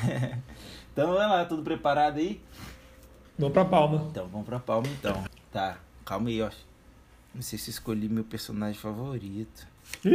Então, vai lá, tudo preparado aí? Vamos pra palma. Então, vamos pra palma, então. Tá, calma aí, ó. Não sei se escolhi meu personagem favorito.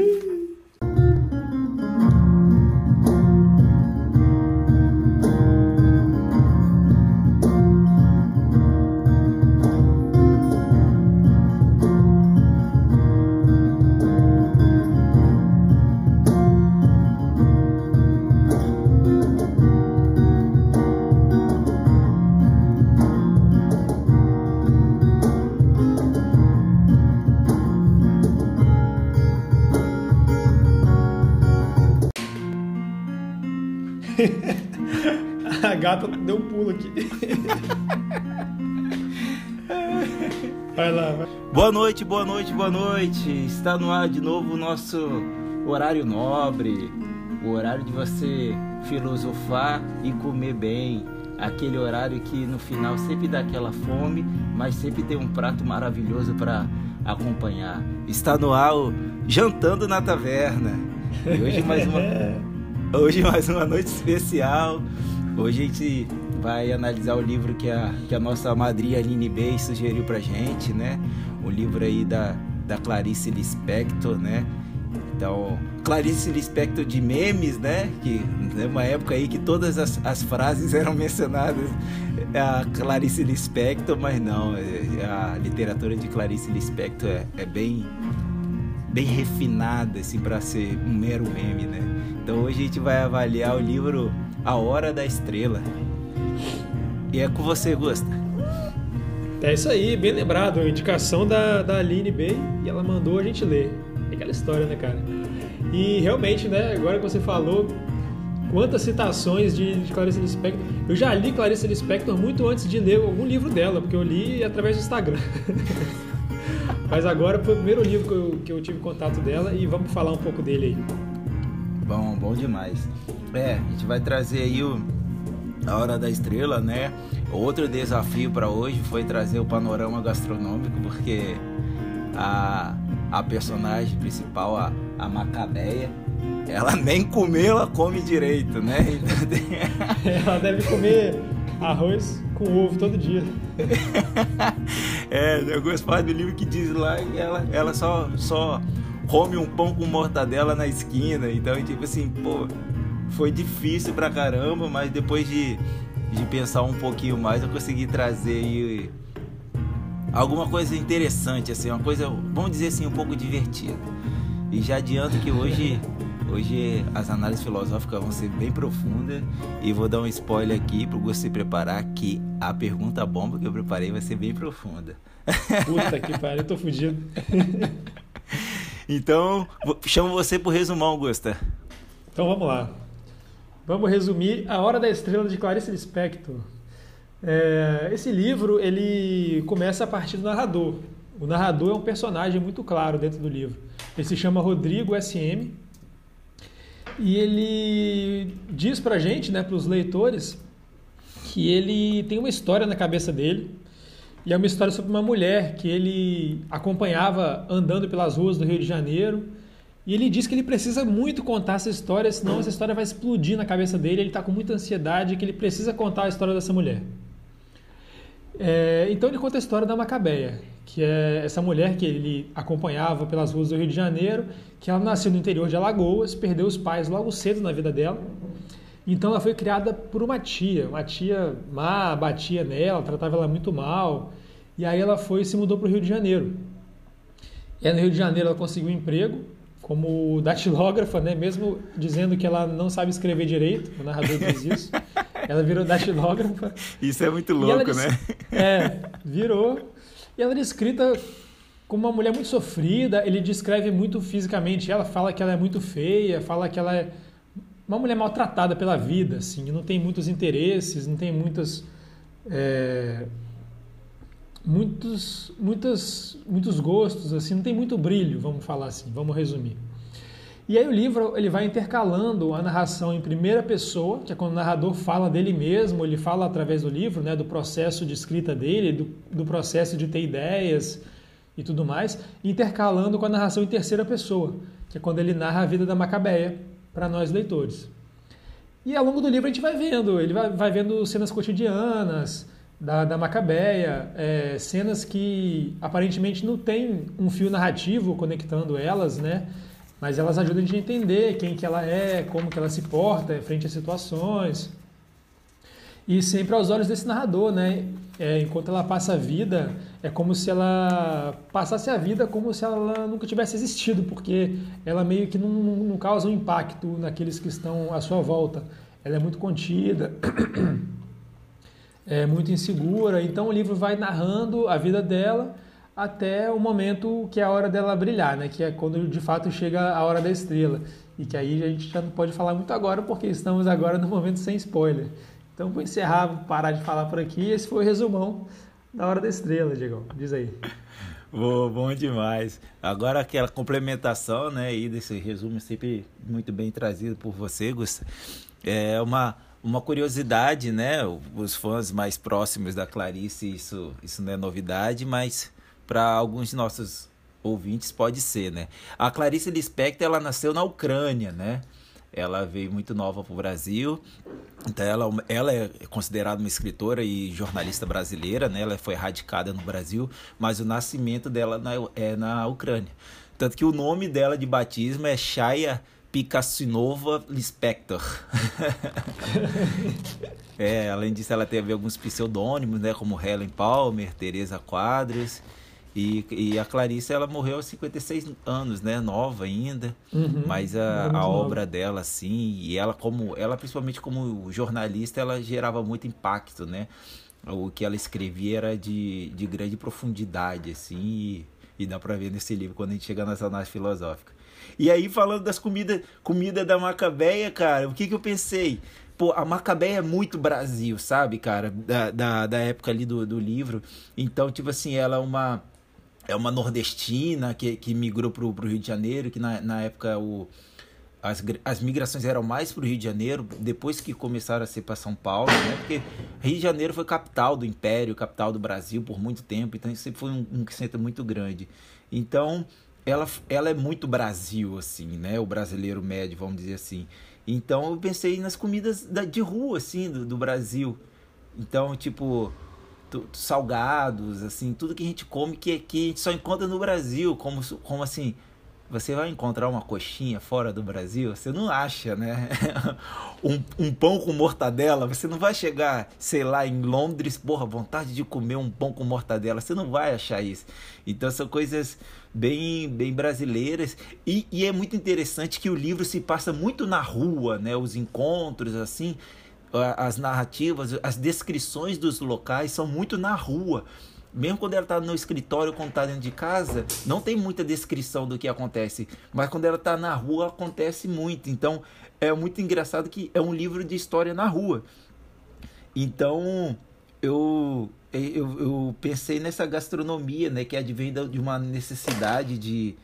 A gata deu um pulo aqui. Vai lá, vai. Boa noite, boa noite, boa noite. Está no ar de novo o nosso horário nobre. O horário de você filosofar e comer bem. Aquele horário que no final sempre dá aquela fome, mas sempre tem um prato maravilhoso para acompanhar. Está no ar o Jantando na Taverna. E hoje mais uma noite especial. Hoje a gente vai analisar o livro que a nossa madrinha Aline Bey sugeriu pra gente, né? O livro aí da Clarice Lispector, né? Então, Clarice Lispector de memes, né? Que é uma época aí que todas as frases eram mencionadas a Clarice Lispector, mas não, a literatura de Clarice Lispector é bem refinada, assim, para ser um mero meme, né? Então hoje a gente vai avaliar o livro A Hora da Estrela. E é com você, Gusta. É isso aí, bem lembrado. A indicação da Aline Bey e ela mandou a gente ler. É aquela história, né, cara? E realmente, né, agora que você falou, quantas citações de Clarice Lispector. Eu já li Clarice Lispector muito antes de ler algum livro dela, porque eu li através do Instagram. Mas agora foi o primeiro livro que eu tive contato dela e vamos falar um pouco dele aí. Bom demais. A gente vai trazer aí A Hora da Estrela, né? Outro desafio para hoje foi trazer o panorama gastronômico, porque a personagem principal, a Macabeia, ela nem comer, ela come direito, né? Ela deve comer arroz com ovo todo dia. Eu gosto do livro que diz lá que ela só come um pão com mortadela na esquina. Então, tipo assim, pô, foi difícil pra caramba, mas depois de pensar um pouquinho mais, eu consegui trazer aí alguma coisa interessante, assim, uma coisa, vamos dizer assim, um pouco divertida. E já adianto que hoje as análises filosóficas vão ser bem profundas e vou dar um spoiler aqui para você preparar que a pergunta bomba que eu preparei vai ser bem profunda. Puta que pariu, eu tô fudido. Então, chamo você pro resumão, Gusta. Então vamos lá. Vamos resumir A Hora da Estrela de Clarice Lispector. Esse livro, ele começa a partir do narrador. O narrador é um personagem muito claro dentro do livro. Ele se chama Rodrigo S.M. E ele diz pra gente, né, pros leitores, que ele tem uma história na cabeça dele. E é uma história sobre uma mulher que ele acompanhava andando pelas ruas do Rio de Janeiro. E ele diz que ele precisa muito contar essa história, senão essa história vai explodir na cabeça dele. Ele está com muita ansiedade, que ele precisa contar a história dessa mulher. Então ele conta a história da Macabeia, que é essa mulher que ele acompanhava pelas ruas do Rio de Janeiro, que ela nasceu no interior de Alagoas, perdeu os pais logo cedo na vida dela. Então ela foi criada por uma tia má, batia nela, tratava ela muito mal. E aí ela se mudou para o Rio de Janeiro. E aí no Rio de Janeiro ela conseguiu um emprego como datilógrafa, né? Mesmo dizendo que ela não sabe escrever direito, o narrador diz isso. Ela virou datilógrafa. Isso é muito louco, né? Virou. E ela é descrita como uma mulher muito sofrida, ele descreve muito fisicamente ela, fala que ela é muito feia, fala que ela é uma mulher maltratada pela vida, assim, não tem muitos interesses, não tem muitos gostos, assim, não tem muito brilho, vamos falar assim, vamos resumir. E aí o livro ele vai intercalando a narração em primeira pessoa, que é quando o narrador fala dele mesmo, ele fala através do livro, né, do processo de escrita dele, do processo de ter ideias e tudo mais, intercalando com a narração em terceira pessoa, que é quando ele narra a vida da Macabeia para nós leitores. E ao longo do livro a gente vai vendo, ele vai vendo cenas cotidianas da Macabeia, cenas que aparentemente não tem um fio narrativo conectando elas, né? Mas elas ajudam a gente a entender quem que ela é, como que ela se porta frente a situações. E sempre aos olhos desse narrador, né? Enquanto ela passa a vida, é como se ela passasse a vida como se ela nunca tivesse existido, porque ela meio que não causa um impacto naqueles que estão à sua volta. Ela é muito contida, é muito insegura, então o livro vai narrando a vida dela até o momento que é a hora dela brilhar, né? Que é quando de fato chega a hora da estrela. E que aí a gente já não pode falar muito agora, porque estamos agora no momento sem spoiler. Então vou encerrar, vou parar de falar por aqui. Esse foi o resumão da Hora da Estrela, Diego. Diz aí. Bom demais. Agora aquela complementação, né, aí desse resumo sempre muito bem trazido por você, Gustavo. É uma curiosidade, né? Os fãs mais próximos da Clarice, isso não é novidade, mas para alguns de nossos ouvintes pode ser, né? A Clarice Lispector, ela nasceu na Ucrânia, né? Ela veio muito nova para o Brasil, então ela é considerada uma escritora e jornalista brasileira, né? Ela foi radicada no Brasil, mas o nascimento dela é na Ucrânia. Tanto que o nome dela de batismo é Chaya Pikassinova Lispector. Além disso, ela teve alguns pseudônimos, né? Como Helen Palmer, Teresa Quadros. E a Clarice, ela morreu aos 56 anos, né? Nova ainda. Mas a obra dela, assim, e ela principalmente como jornalista, ela gerava muito impacto, né? O que ela escrevia era de grande profundidade, assim, e dá pra ver nesse livro quando a gente chega nas análises filosóficas. E aí, falando das comida da Macabeia, cara, o que eu pensei? Pô, a Macabeia é muito Brasil, sabe, cara? Da época ali do livro. Então, tipo assim, ela é uma nordestina que migrou pro Rio de Janeiro, que na época as migrações eram mais pro Rio de Janeiro, depois que começaram a ser para São Paulo, né? Porque Rio de Janeiro foi capital do Império, capital do Brasil por muito tempo, então isso sempre foi um centro muito grande. Então, ela é muito Brasil, assim, né? O brasileiro médio, vamos dizer assim. Então, eu pensei nas comidas de rua, assim, do Brasil. Então, tipo, salgados, assim, tudo que a gente come que a gente só encontra no Brasil, como assim, você vai encontrar uma coxinha fora do Brasil? Você não acha, né? um pão com mortadela, você não vai chegar, sei lá, em Londres, porra, vontade de comer um pão com mortadela, você não vai achar isso. Então são coisas bem brasileiras, e é muito interessante que o livro se passa muito na rua, né? Os encontros, assim, as narrativas, as descrições dos locais são muito na rua. Mesmo quando ela está no escritório, quando está dentro de casa, não tem muita descrição do que acontece. Mas quando ela está na rua, acontece muito. Então, é muito engraçado que é um livro de história na rua. Então, eu pensei nessa gastronomia, né, que advém de uma necessidade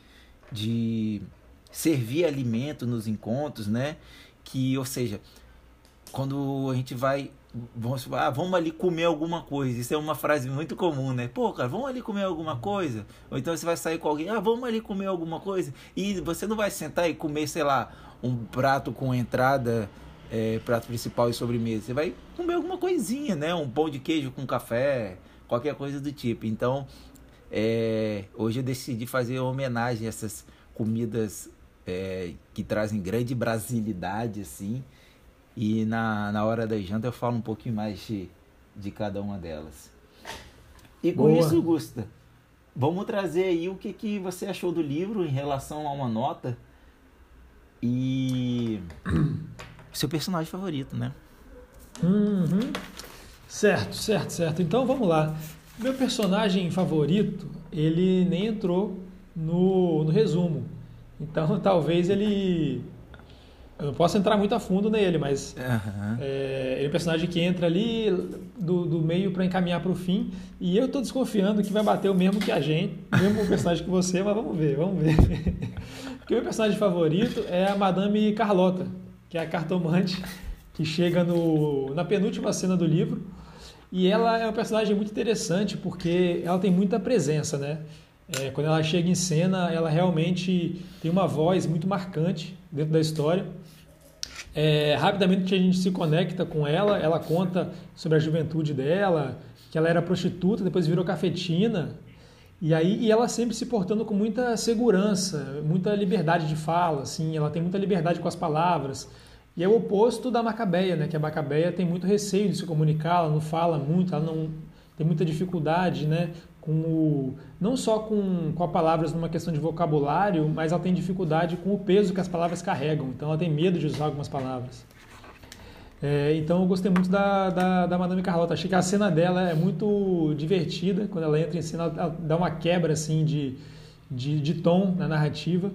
de servir alimento nos encontros, né? Ou seja, quando a gente vai... vamos ali comer alguma coisa. Isso é uma frase muito comum, né? Pô, cara, vamos ali comer alguma coisa? Ou então você vai sair com alguém, vamos ali comer alguma coisa? E você não vai sentar e comer, sei lá, um prato com entrada, prato principal e sobremesa. Você vai comer alguma coisinha, né? Um pão de queijo com café, qualquer coisa do tipo. Então, hoje eu decidi fazer uma homenagem a essas comidas que trazem grande brasilidade, assim. E na hora da janta eu falo um pouquinho mais de cada uma delas. E com isso, Gusta, vamos trazer aí o que você achou do livro em relação a uma nota e seu personagem favorito, né? Certo. Então vamos lá. Meu personagem favorito, ele nem entrou no resumo. Então talvez ele... Eu não posso entrar muito a fundo nele, mas ele é um personagem que entra ali do meio para encaminhar para o fim, e eu estou desconfiando que vai bater o mesmo que a gente, o mesmo personagem que você, mas vamos ver. Porque o meu personagem favorito é a Madame Carlota, que é a cartomante que chega na penúltima cena do livro, e ela é um personagem muito interessante porque ela tem muita presença, né? Quando ela chega em cena, ela realmente tem uma voz muito marcante dentro da história. Rapidamente a gente se conecta com ela, ela conta sobre a juventude dela, que ela era prostituta, depois virou cafetina, e ela sempre se portando com muita segurança, muita liberdade de fala, assim, ela tem muita liberdade com as palavras. E é o oposto da Macabeia, né? Que a Macabeia tem muito receio de se comunicar, ela não fala muito, ela não tem muita dificuldade, né? Não só com as palavras numa questão de vocabulário, mas ela tem dificuldade com o peso que as palavras carregam. Então ela tem medo de usar algumas palavras. Então eu gostei muito da Madame Carlota. Achei que a cena dela é muito divertida. Quando ela entra em cena, ela dá uma quebra assim, de tom na narrativa.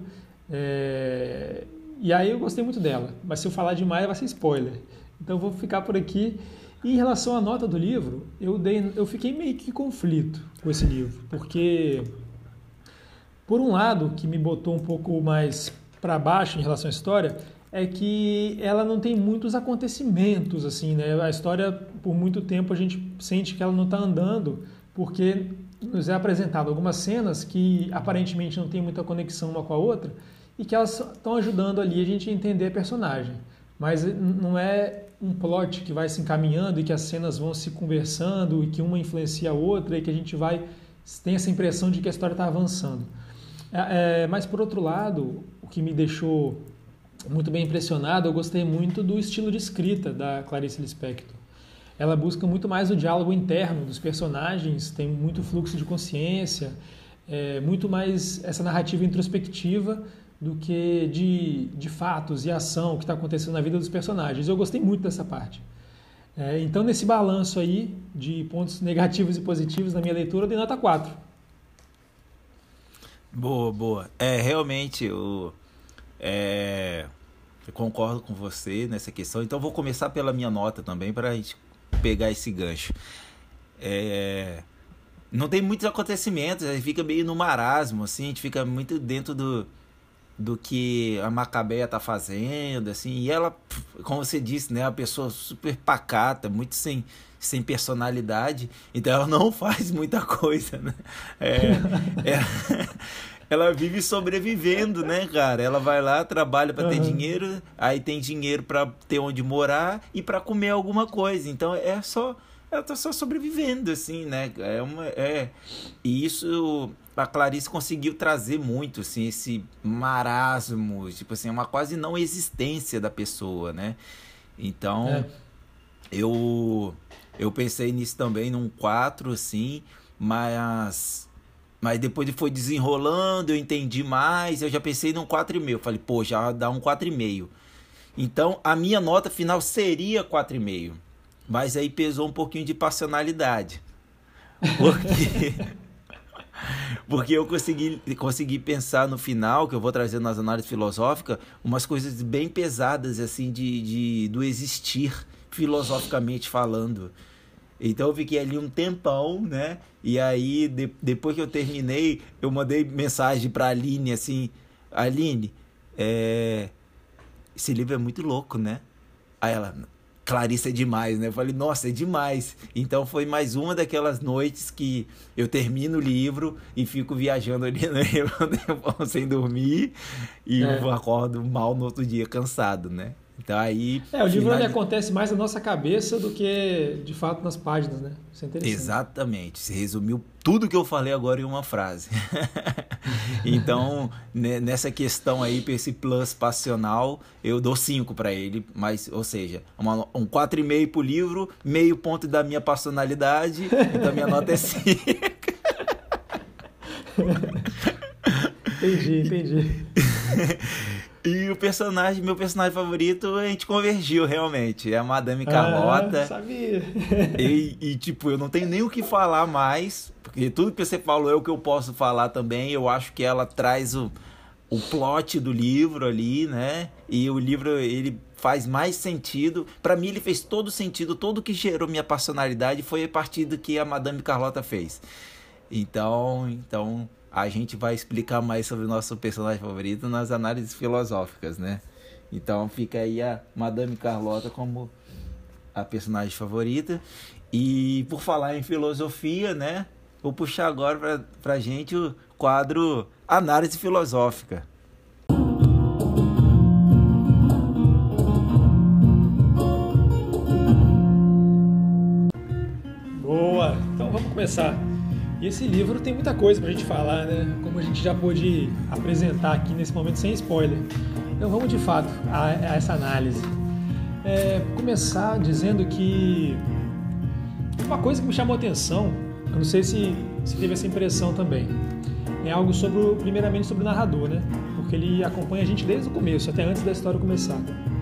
E aí eu gostei muito dela. Mas se eu falar demais vai ser spoiler. Então eu vou ficar por aqui. E em relação à nota do livro, eu fiquei meio que em conflito com esse livro. Porque, por um lado, o que me botou um pouco mais para baixo em relação à história é que ela não tem muitos acontecimentos, assim, né? A história, por muito tempo, a gente sente que ela não está andando, porque nos é apresentado algumas cenas que aparentemente não tem muita conexão uma com a outra e que elas estão ajudando ali a gente a entender a personagem. Mas não é um plot que vai se encaminhando e que as cenas vão se conversando e que uma influencia a outra e que a gente tem essa impressão de que a história está avançando. Mas, por outro lado, o que me deixou muito bem impressionado, eu gostei muito do estilo de escrita da Clarice Lispector. Ela busca muito mais o diálogo interno dos personagens, tem muito fluxo de consciência, muito mais essa narrativa introspectiva do que de fatos e ação que está acontecendo na vida dos personagens. Eu gostei muito dessa parte. Então, nesse balanço aí de pontos negativos e positivos na minha leitura, eu dei nota 4. Boa, boa. Realmente, eu concordo com você nessa questão. Então, vou começar pela minha nota também, para a gente pegar esse gancho. Não tem muitos acontecimentos, a gente fica meio no marasmo, assim, a gente fica muito dentro do que a Macabeia tá fazendo, assim, e ela, como você disse, né, uma pessoa super pacata, muito sem personalidade, então ela não faz muita coisa, né? Ela vive sobrevivendo, né, cara? Ela vai lá, trabalha para ter dinheiro, aí tem dinheiro para ter onde morar e para comer alguma coisa, então ela tá só sobrevivendo, assim, né? E isso a Clarice conseguiu trazer muito, assim, esse marasmo, tipo assim, uma quase não existência da pessoa, né? Então, eu pensei nisso também, num 4, assim, mas depois foi desenrolando, eu entendi mais, eu já pensei num 4,5, falei, pô, já dá um 4,5. Então, a minha nota final seria 4,5. Mas aí pesou um pouquinho de passionalidade. Porque eu consegui pensar no final, que eu vou trazer nas análises filosóficas, umas coisas bem pesadas, assim, do existir, filosoficamente falando. Então eu fiquei ali um tempão, né? E aí, depois que eu terminei, eu mandei mensagem pra Aline, assim, Aline, esse livro é muito louco, né? Aí ela... Clarice é demais, né? Eu falei, nossa, é demais. Então foi mais uma daquelas noites que eu termino o livro e fico viajando ali no livro sem dormir e eu acordo mal no outro dia, cansado, né? Então aí... o livro ele acontece mais na nossa cabeça do que, de fato, nas páginas, né? Isso é interessante. Exatamente. Você resumiu tudo que eu falei agora em uma frase. Então, nessa questão aí, para esse plus passional, eu dou 5 para ele, mas, ou seja, um 4,5 pro livro, meio ponto da minha passionalidade, então minha nota é 5. Entendi. E meu personagem favorito, a gente convergiu realmente. É a Madame Carlota. Sabia. E tipo, eu não tenho nem o que falar mais, porque tudo que você falou é o que eu posso falar também. Eu acho que ela traz o plot do livro ali, né? E o livro, ele faz mais sentido. Para mim, ele fez todo sentido. Tudo que gerou minha personalidade foi a partir do que a Madame Carlota fez. Então a gente vai explicar mais sobre o nosso personagem favorito nas análises filosóficas, né? Então fica aí a Madame Carlota como a personagem favorita. E por falar em filosofia, né? Vou puxar agora pra gente o quadro Análise Filosófica. começar. E esse livro tem muita coisa pra gente falar, né? Como a gente já pôde apresentar aqui nesse momento sem spoiler. Então vamos de fato a essa análise. Começar dizendo que uma coisa que me chamou a atenção, eu não sei se teve essa impressão também, é algo primeiramente sobre o narrador, né? Porque ele acompanha a gente desde o começo, até antes da história começar.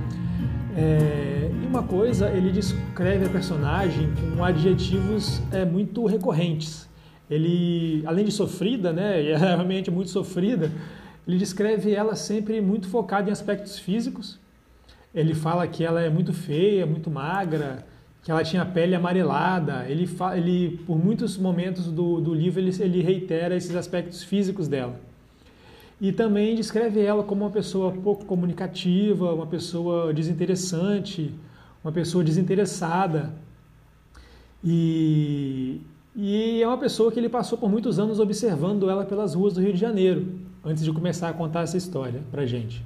E uma coisa, ele descreve a personagem com adjetivos muito recorrentes. Ele, além de sofrida, né, e é realmente muito sofrida, ele descreve ela sempre muito focada em aspectos físicos. Ele fala que ela é muito feia, muito magra, que ela tinha a pele amarelada. Ele por muitos momentos do livro, ele reitera esses aspectos físicos dela. E também descreve ela como uma pessoa pouco comunicativa, uma pessoa desinteressante, uma pessoa desinteressada. E é uma pessoa que ele passou por muitos anos observando ela pelas ruas do Rio de Janeiro, antes de começar a contar essa história pra gente.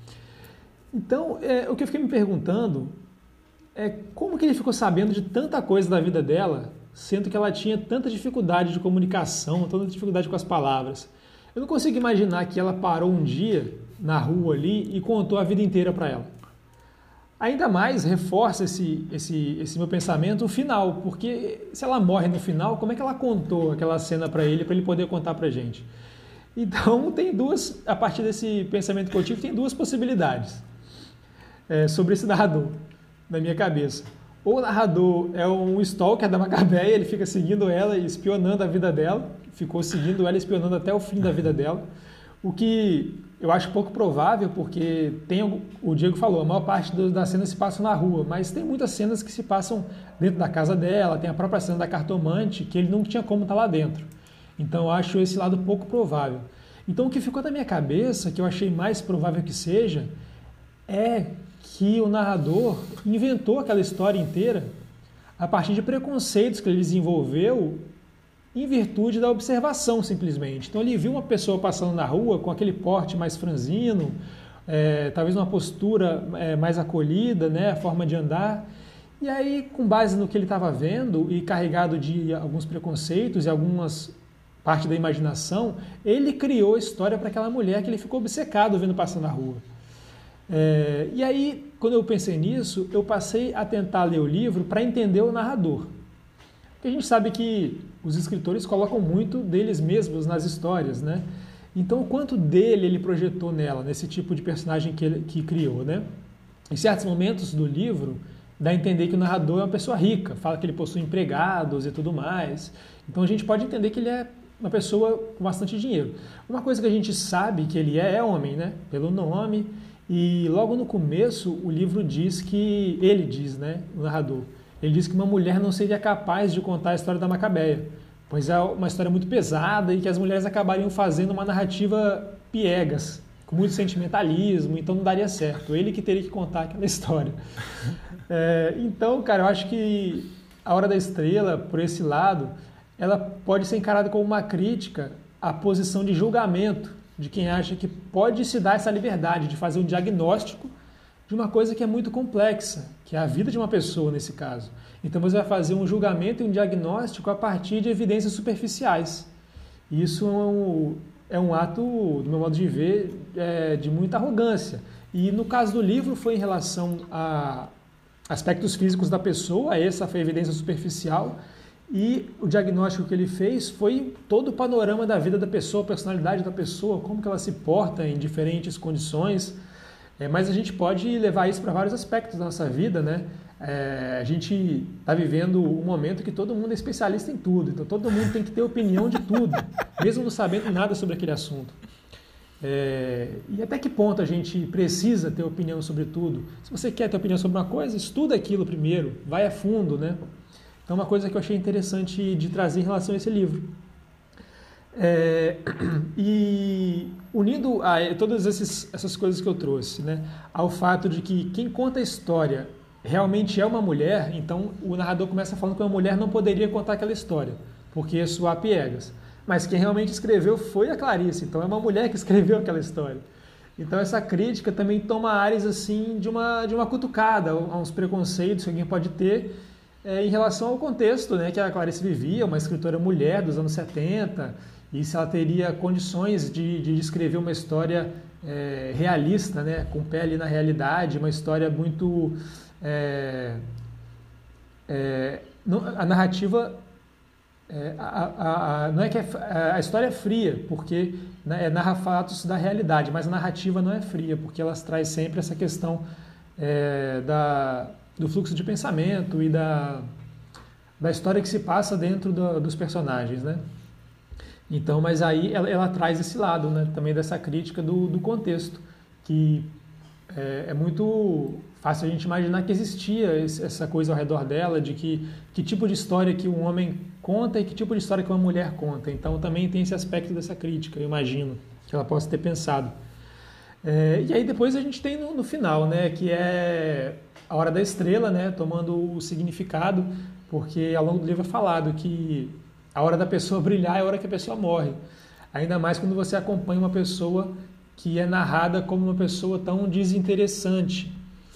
Então, o que eu fiquei me perguntando é como que ele ficou sabendo de tanta coisa da vida dela, sendo que ela tinha tanta dificuldade de comunicação, tanta dificuldade com as palavras. Eu não consigo imaginar que ela parou um dia na rua ali e contou a vida inteira para ela. Ainda mais reforça esse meu pensamento o final, porque se ela morre no final, como é que ela contou aquela cena para ele poder contar para a gente? Então, a partir desse pensamento que eu tive, tem duas possibilidades sobre esse narrador, na minha cabeça. Ou o narrador é um stalker da Macabeia, ele fica seguindo ela e espionando a vida dela, ficou seguindo ela e espionando até o fim da vida dela, o que eu acho pouco provável, porque o Diego falou, a maior parte das cenas se passam na rua, mas tem muitas cenas que se passam dentro da casa dela, tem a própria cena da cartomante, que ele não tinha como estar lá dentro. Então eu acho esse lado pouco provável. Então o que ficou na minha cabeça, que eu achei mais provável que seja, é que o narrador inventou aquela história inteira a partir de preconceitos que ele desenvolveu em virtude da observação, simplesmente. Então ele viu uma pessoa passando na rua com aquele porte mais franzino, talvez uma postura mais acolhida, né, a forma de andar, e aí, com base no que ele estava vendo e carregado de alguns preconceitos e algumas parte da imaginação, ele criou a história para aquela mulher que ele ficou obcecado vendo passando na rua. E aí, quando eu pensei nisso, eu passei a tentar ler o livro para entender o narrador. Porque a gente sabe que os escritores colocam muito deles mesmos nas histórias, né? Então, o quanto dele ele projetou nela, nesse tipo de personagem que criou, né? Em certos momentos do livro, dá a entender que o narrador é uma pessoa rica, fala que ele possui empregados e tudo mais. Então, a gente pode entender que ele é uma pessoa com bastante dinheiro. Uma coisa que a gente sabe que ele é homem, né? Pelo nome. E logo no começo, o livro diz que, né, o narrador, ele diz que uma mulher não seria capaz de contar a história da Macabeia, pois é uma história muito pesada e que as mulheres acabariam fazendo uma narrativa piegas, com muito sentimentalismo, então não daria certo. Ele que teria que contar aquela história. Então, cara, eu acho que A Hora da Estrela, por esse lado, ela pode ser encarada como uma crítica à posição de julgamento de quem acha que pode se dar essa liberdade de fazer um diagnóstico de uma coisa que é muito complexa, que é a vida de uma pessoa nesse caso. Então você vai fazer um julgamento e um diagnóstico a partir de evidências superficiais. E isso é um ato, do meu modo de ver, de muita arrogância. E no caso do livro foi em relação a aspectos físicos da pessoa, essa foi a evidência superficial, e o diagnóstico que ele fez foi todo o panorama da vida da pessoa, a personalidade da pessoa, como que ela se porta em diferentes condições. Mas a gente pode levar isso para vários aspectos da nossa vida, né? A gente está vivendo um momento que todo mundo é especialista em tudo, então todo mundo tem que ter opinião de tudo, mesmo não sabendo nada sobre aquele assunto. E até que ponto a gente precisa ter opinião sobre tudo? Se você quer ter opinião sobre uma coisa, estuda aquilo primeiro, vai a fundo, né? Então, uma coisa que eu achei interessante de trazer em relação a esse livro. E unindo a todas essas coisas que eu trouxe, né, ao fato de que quem conta a história realmente é uma mulher, então o narrador começa falando que uma mulher não poderia contar aquela história, porque soar piegas. Mas quem realmente escreveu foi a Clarice, então é uma mulher que escreveu aquela história. Então essa crítica também toma áreas assim de uma cutucada a uns preconceitos que alguém pode ter, em relação ao contexto, né, que a Clarice vivia, uma escritora mulher dos anos 70, e se ela teria condições de escrever uma história realista, né, com pé ali na realidade, uma história muito... a narrativa... não é que a história é fria, porque, né, narra fatos da realidade, mas a narrativa não é fria, porque ela traz sempre essa questão do fluxo de pensamento e da história que se passa dentro dos personagens, né? Então, mas aí ela traz esse lado, né, também dessa crítica do contexto, que é muito fácil a gente imaginar que existia essa coisa ao redor dela, de que tipo de história que um homem conta e que tipo de história que uma mulher conta. Então também tem esse aspecto dessa crítica, eu imagino, que ela possa ter pensado. E aí depois a gente tem no final, né, que é a Hora da Estrela, né, tomando o significado, porque ao longo do livro é falado que a hora da pessoa brilhar é a hora que a pessoa morre. Ainda mais quando você acompanha uma pessoa que é narrada como uma pessoa tão desinteressante.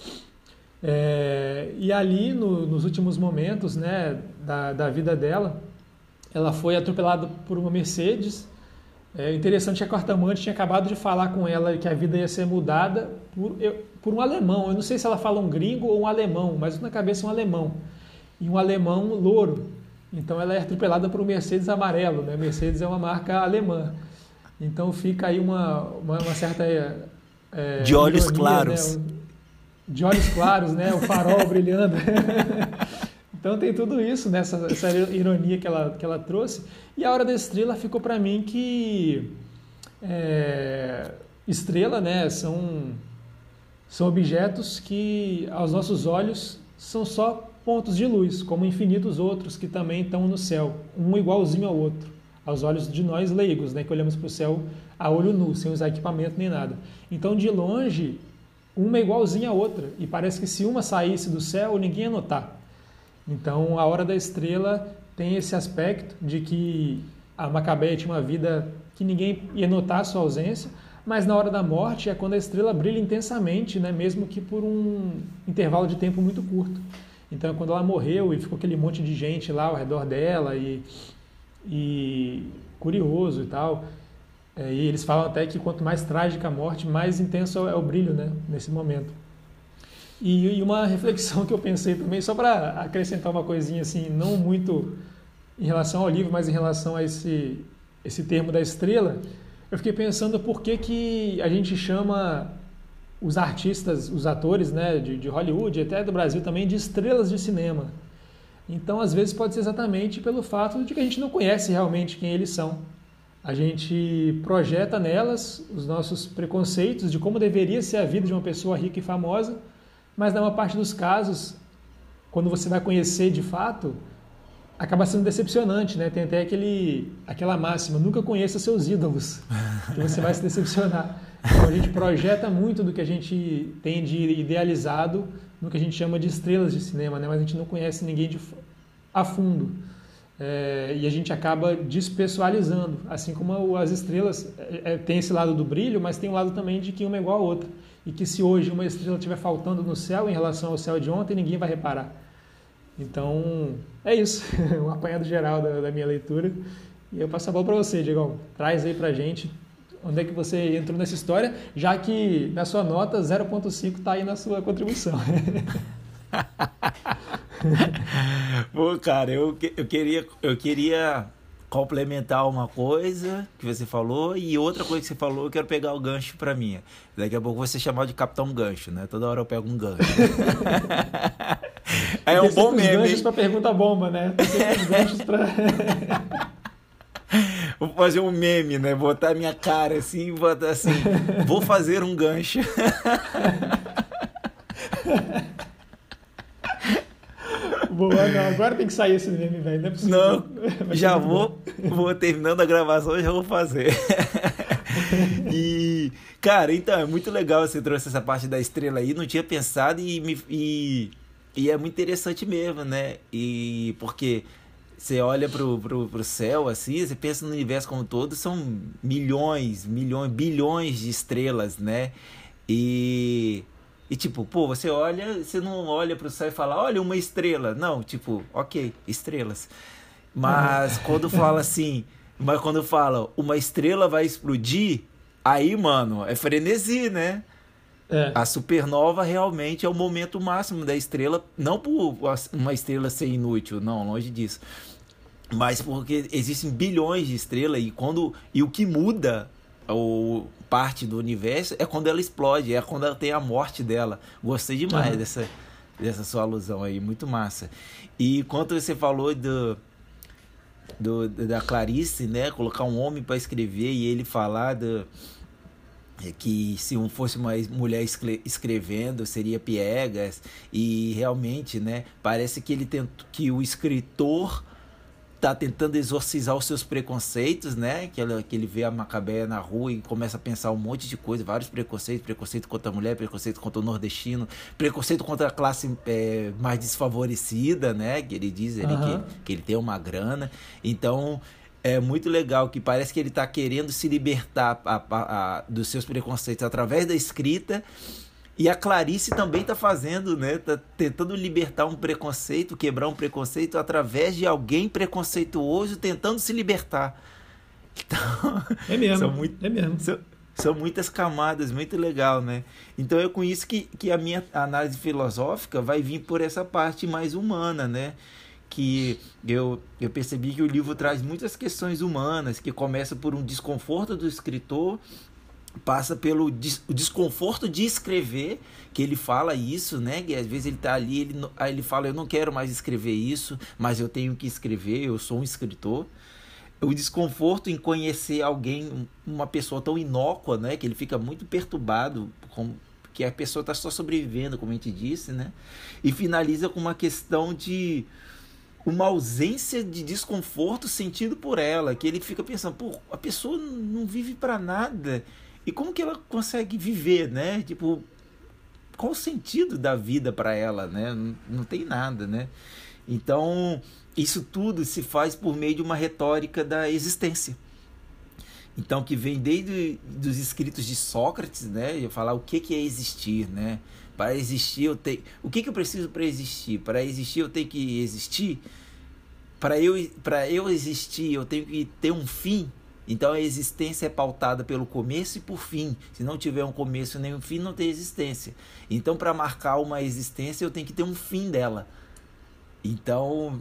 E ali, nos últimos momentos, né, da vida dela, ela foi atropelada por uma Mercedes. Interessante que a Quarta-Amante tinha acabado de falar com ela que a vida ia ser mudada por um alemão. Eu não sei se ela fala um gringo ou um alemão, mas na cabeça um alemão. E um alemão louro. Então ela é atropelada por um Mercedes amarelo, né? Mercedes é uma marca alemã. Então fica aí uma certa... de olhos ironia, claros. Né? De olhos claros, né? O farol brilhando. Então tem tudo isso, né? Essa ironia que ela trouxe. E a Hora da Estrela ficou para mim que estrela, né? São objetos que aos nossos olhos são só pontos de luz, como infinitos outros que também estão no céu, um igualzinho ao outro, aos olhos de nós leigos, né? Que olhamos para o céu a olho nu, sem usar equipamento nem nada. Então de longe, uma é igualzinha à outra, e parece que se uma saísse do céu, ninguém ia notar. Então, a Hora da Estrela tem esse aspecto de que a Macabeia tinha uma vida que ninguém ia notar a sua ausência, mas na hora da morte é quando a estrela brilha intensamente, né, mesmo que por um intervalo de tempo muito curto. Então, quando ela morreu e ficou aquele monte de gente lá ao redor dela e curioso e tal, e eles falam até que quanto mais trágica a morte, mais intenso é o brilho, né, nesse momento. E uma reflexão que eu pensei também, só para acrescentar uma coisinha assim, não muito em relação ao livro, mas em relação a esse termo da estrela, eu fiquei pensando por que a gente chama os artistas, os atores, né, de Hollywood, até do Brasil também, de estrelas de cinema. Então, às vezes, pode ser exatamente pelo fato de que a gente não conhece realmente quem eles são. A gente projeta nelas os nossos preconceitos de como deveria ser a vida de uma pessoa rica e famosa, mas na maior parte dos casos, quando você vai conhecer de fato, acaba sendo decepcionante, né? Tem até aquela máxima, nunca conheça seus ídolos, que você vai se decepcionar. Então a gente projeta muito do que a gente tem de idealizado no que a gente chama de estrelas de cinema, né? Mas a gente não conhece ninguém a fundo. E a gente acaba despessoalizando, assim como as estrelas tem esse lado do brilho, mas tem o lado também de que uma é igual a outra. E que se hoje uma estrela estiver faltando no céu em relação ao céu de ontem, ninguém vai reparar. Então, é isso. Um apanhado geral da minha leitura. E eu passo a bola para você, Diego. Traz aí pra gente onde é que você entrou nessa história, já que na sua nota 0.5 está aí na sua contribuição. Pô, cara, eu queria complementar uma coisa que você falou e outra coisa que você falou, eu quero pegar o gancho para mim. Daqui a pouco você chamar de Capitão Gancho, né? Toda hora eu pego um gancho. É um bom meme. Ganchos para pergunta bomba, né? Tem ganchos para Vou fazer um meme, né? Botar minha cara assim, botar assim, vou fazer um gancho. Boa, não, agora tem que sair esse meme, velho. Não é possível. Não, já vou terminando a gravação e já vou fazer. E, cara, então, é muito legal você trouxe essa parte da estrela aí, não tinha pensado e é muito interessante mesmo, né? E porque você olha pro céu assim, você pensa no universo como um todo, são milhões, bilhões de estrelas, né? E E tipo, pô, você não olha pro céu e fala, olha uma estrela. Não, tipo, ok, estrelas. Mas quando fala uma estrela vai explodir, aí, mano, é frenesi, né? A supernova realmente é o momento máximo da estrela, não por uma estrela ser inútil, não, longe disso. Mas porque existem bilhões de estrelas e o que muda parte do universo é quando ela explode, é quando ela tem a morte dela. Gostei demais dessa sua alusão aí, muito massa. E quando você falou da Clarice, né, colocar um homem para escrever e ele falar que se fosse uma mulher escrevendo seria piegas, e realmente, né, parece que que o escritor tá tentando exorcizar os seus preconceitos, né, que ele vê a Macabeia na rua e começa a pensar um monte de coisa, vários preconceito contra a mulher, preconceito contra o nordestino, preconceito contra a classe mais desfavorecida, né, que ele diz que ele tem uma grana. Então é muito legal, que parece que ele está querendo se libertar dos seus preconceitos através da escrita, e a Clarice também está fazendo, né? Está tentando libertar um preconceito, quebrar um preconceito através de alguém preconceituoso tentando se libertar. Então, é mesmo. São muitas camadas, muito legal, né? Então é com isso que a minha análise filosófica vai vir por essa parte mais humana, né? Que eu percebi que o livro traz muitas questões humanas, que começa por um desconforto do escritor, passa pelo desconforto de escrever, que ele fala isso, né? Que às vezes ele está ali, aí ele fala, eu não quero mais escrever isso, mas eu tenho que escrever, eu sou um escritor. O desconforto em conhecer alguém, uma pessoa tão inócua, né? Que ele fica muito perturbado, que a pessoa está só sobrevivendo, como a gente disse, né? E finaliza com uma questão de uma ausência de desconforto sentido por ela, que ele fica pensando, pô, a pessoa não vive para nada, e como que ela consegue viver, né? Tipo, qual o sentido da vida para ela, né? Não tem nada, né? Então, isso tudo se faz por meio de uma retórica da existência. Então, que vem desde dos escritos de Sócrates, né? De falar o que é existir, né? Para existir, o que eu preciso para existir? Para existir, eu tenho que existir. Para eu existir, eu tenho que ter um fim. Então, a existência é pautada pelo começo e por fim. Se não tiver um começo nem um fim, não tem existência. Então, para marcar uma existência, eu tenho que ter um fim dela. Então,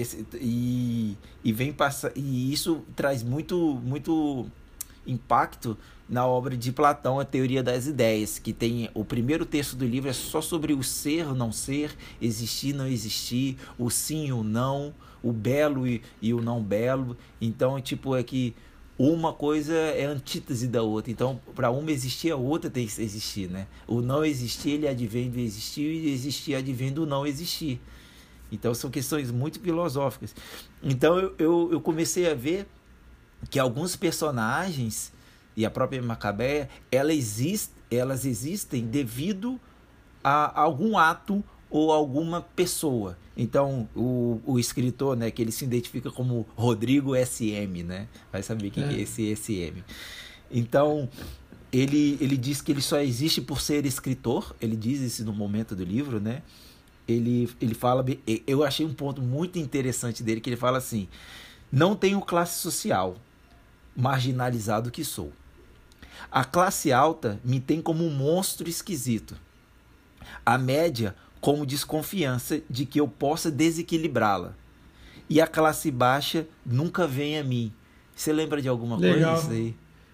e isso traz muito impacto na obra de Platão, a Teoria das Ideias, que tem o primeiro texto do livro é só sobre o ser, não ser, existir, não existir, o sim e o não, o belo e o não belo. Então, tipo, é que uma coisa é antítese da outra. Então, para uma existir, a outra tem que existir, né? O não existir, ele advém do existir, e existir advém do não existir. Então, são questões muito filosóficas. Então, eu comecei a ver que alguns personagens e a própria Macabeia, elas existem devido a algum ato ou alguma pessoa. Então, o escritor, né, que ele se identifica como Rodrigo SM, né? Vai saber quem é esse SM. Então, ele diz que ele só existe por ser escritor, ele diz isso no momento do livro, né? Ele fala, eu achei um ponto muito interessante dele, que ele fala assim, não tenho classe social, marginalizado que sou. A classe alta me tem como um monstro esquisito. A média como desconfiança de que eu possa desequilibrá-la. E a classe baixa nunca vem a mim. Você lembra de alguma coisa disso aí?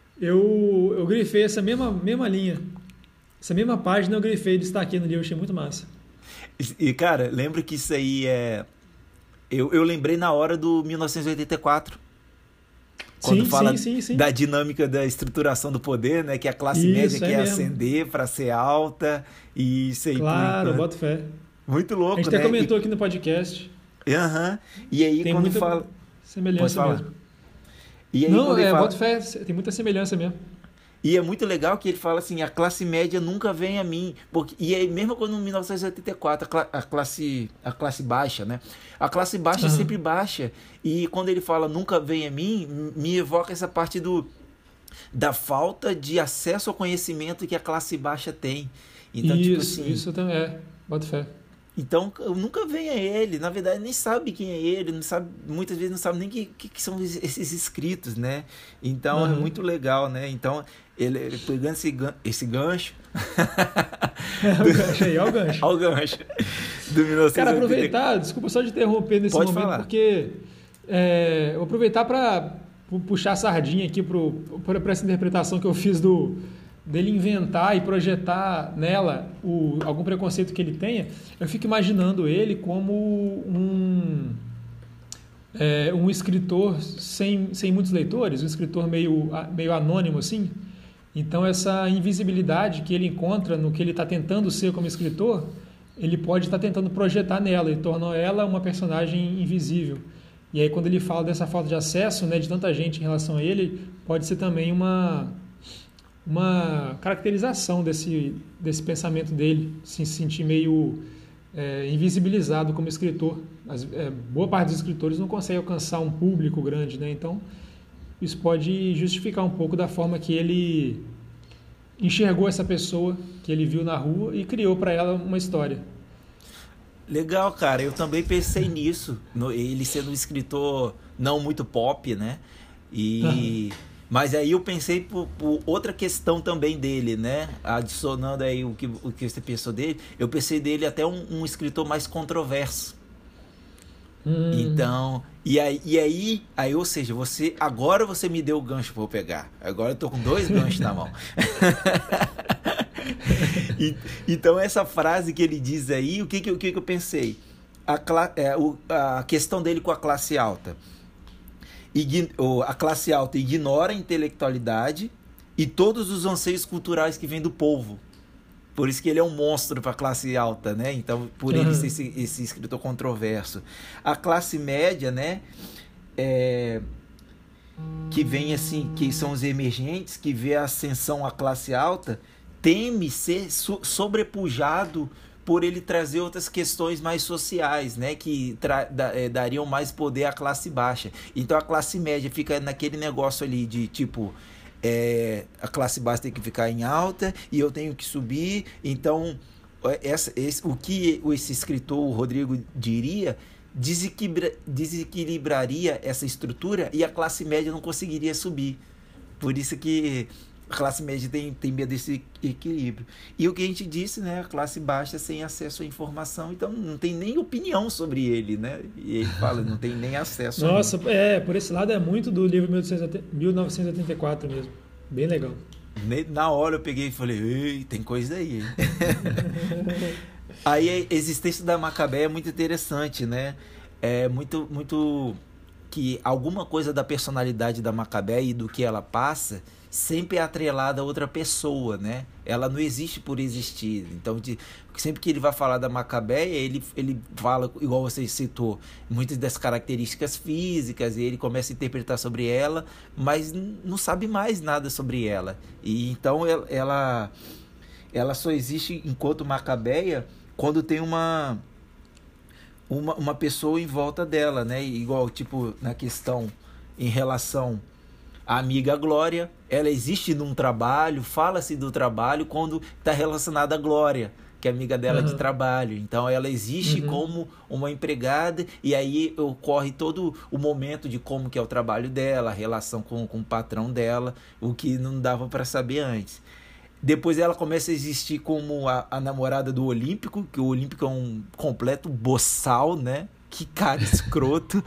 Eu grifei essa mesma linha. Essa mesma página eu grifei e destaquei no livro, eu achei muito massa. E, cara, lembra que isso aí é... Eu lembrei na hora do 1984. Quando fala da dinâmica da estruturação do poder, né? Que a classe média quer ascender para ser alta e isso aí. Claro, boto fé. Muito louco, né? A gente até comentou aqui no podcast. E aí tem quando muita fala... semelhança mesmo. E aí, boto fé, tem muita semelhança mesmo. E é muito legal que ele fala assim, a classe média nunca vem a mim. E aí, mesmo quando em 1984, a classe baixa, né? A classe baixa sempre baixa. E quando ele fala nunca vem a mim, me evoca essa parte da falta de acesso ao conhecimento que a classe baixa tem. Então, tipo assim, isso também bota fé. então nunca vem a ele, na verdade nem sabe quem é ele, não sabe, muitas vezes não sabe nem que são esses escritos, né? Então é muito legal, né? Então ele pegando esse gancho. O gancho aí, olha o gancho. Olha o gancho. Do 1980. Cara, aproveitar, desculpa só de interromper nesse Pode momento, falar. porque eu vou aproveitar para puxar a sardinha aqui para essa interpretação que eu fiz dele inventar e projetar nela algum preconceito que ele tenha. Eu fico imaginando ele como um escritor sem muitos leitores, um escritor meio anônimo assim. Então essa invisibilidade que ele encontra no que ele está tentando ser como escritor, ele pode estar tentando projetar nela e tornar ela uma personagem invisível. E aí quando ele fala dessa falta de acesso, né, de tanta gente em relação a ele, pode ser também uma caracterização desse pensamento dele, se sentir meio invisibilizado como escritor. Boa parte dos escritores não consegue alcançar um público grande, né? Então isso pode justificar um pouco da forma que ele enxergou essa pessoa que ele viu na rua e criou para ela uma história. Legal, cara. Eu também pensei nisso. Ele sendo um escritor não muito pop, né? Mas aí eu pensei por outra questão também dele, né? Adicionando aí o que você pensou dele, eu pensei dele até um escritor mais controverso. Então, e aí, ou seja, agora você me deu o gancho para eu pegar. Agora eu tô com 2 ganchos na mão. Então essa frase que ele diz aí, o que eu pensei? A questão dele com a classe alta. A classe alta ignora a intelectualidade e todos os anseios culturais que vêm do povo. Por isso que ele é um monstro para a classe alta, né? Então, por ele ser esse escritor controverso. A classe média, né? Que vem assim, que são os emergentes, que vê a ascensão à classe alta, teme ser sobrepujado por ele trazer outras questões mais sociais, né, que dariam mais poder à classe baixa. Então a classe média fica naquele negócio ali de tipo, a classe baixa tem que ficar em alta e eu tenho que subir. Então o que esse escritor, o Rodrigo, diria, desequilibraria essa estrutura e a classe média não conseguiria subir. Por isso que a classe média tem medo desse equilíbrio. E o que a gente disse, né? A classe baixa sem acesso à informação, então não tem nem opinião sobre ele, né? E ele fala, não tem nem acesso. Nossa, por esse lado é muito do livro 1984 mesmo. Bem legal. Na hora eu peguei e falei, ei, tem coisa aí. Aí a existência da Macabeia é muito interessante, né? É muito que alguma coisa da personalidade da Macabeia e do que ela passa sempre é atrelada a outra pessoa, né? Ela não existe por existir. Então, sempre que ele vai falar da Macabeia, ele fala, igual você citou, muitas das características físicas, e ele começa a interpretar sobre ela, mas não sabe mais nada sobre ela. E então ela só existe enquanto Macabeia quando tem uma pessoa em volta dela, né? Igual, tipo, na questão em relação à amiga Glória, ela existe num trabalho, fala-se do trabalho quando está relacionada à Glória, que é amiga dela de trabalho. Então ela existe como uma empregada, e aí ocorre todo o momento de como que é o trabalho dela, a relação com o patrão dela, o que não dava para saber antes. Depois ela começa a existir como a namorada do Olímpico, que o Olímpico é um completo boçal, né? Que cara escroto.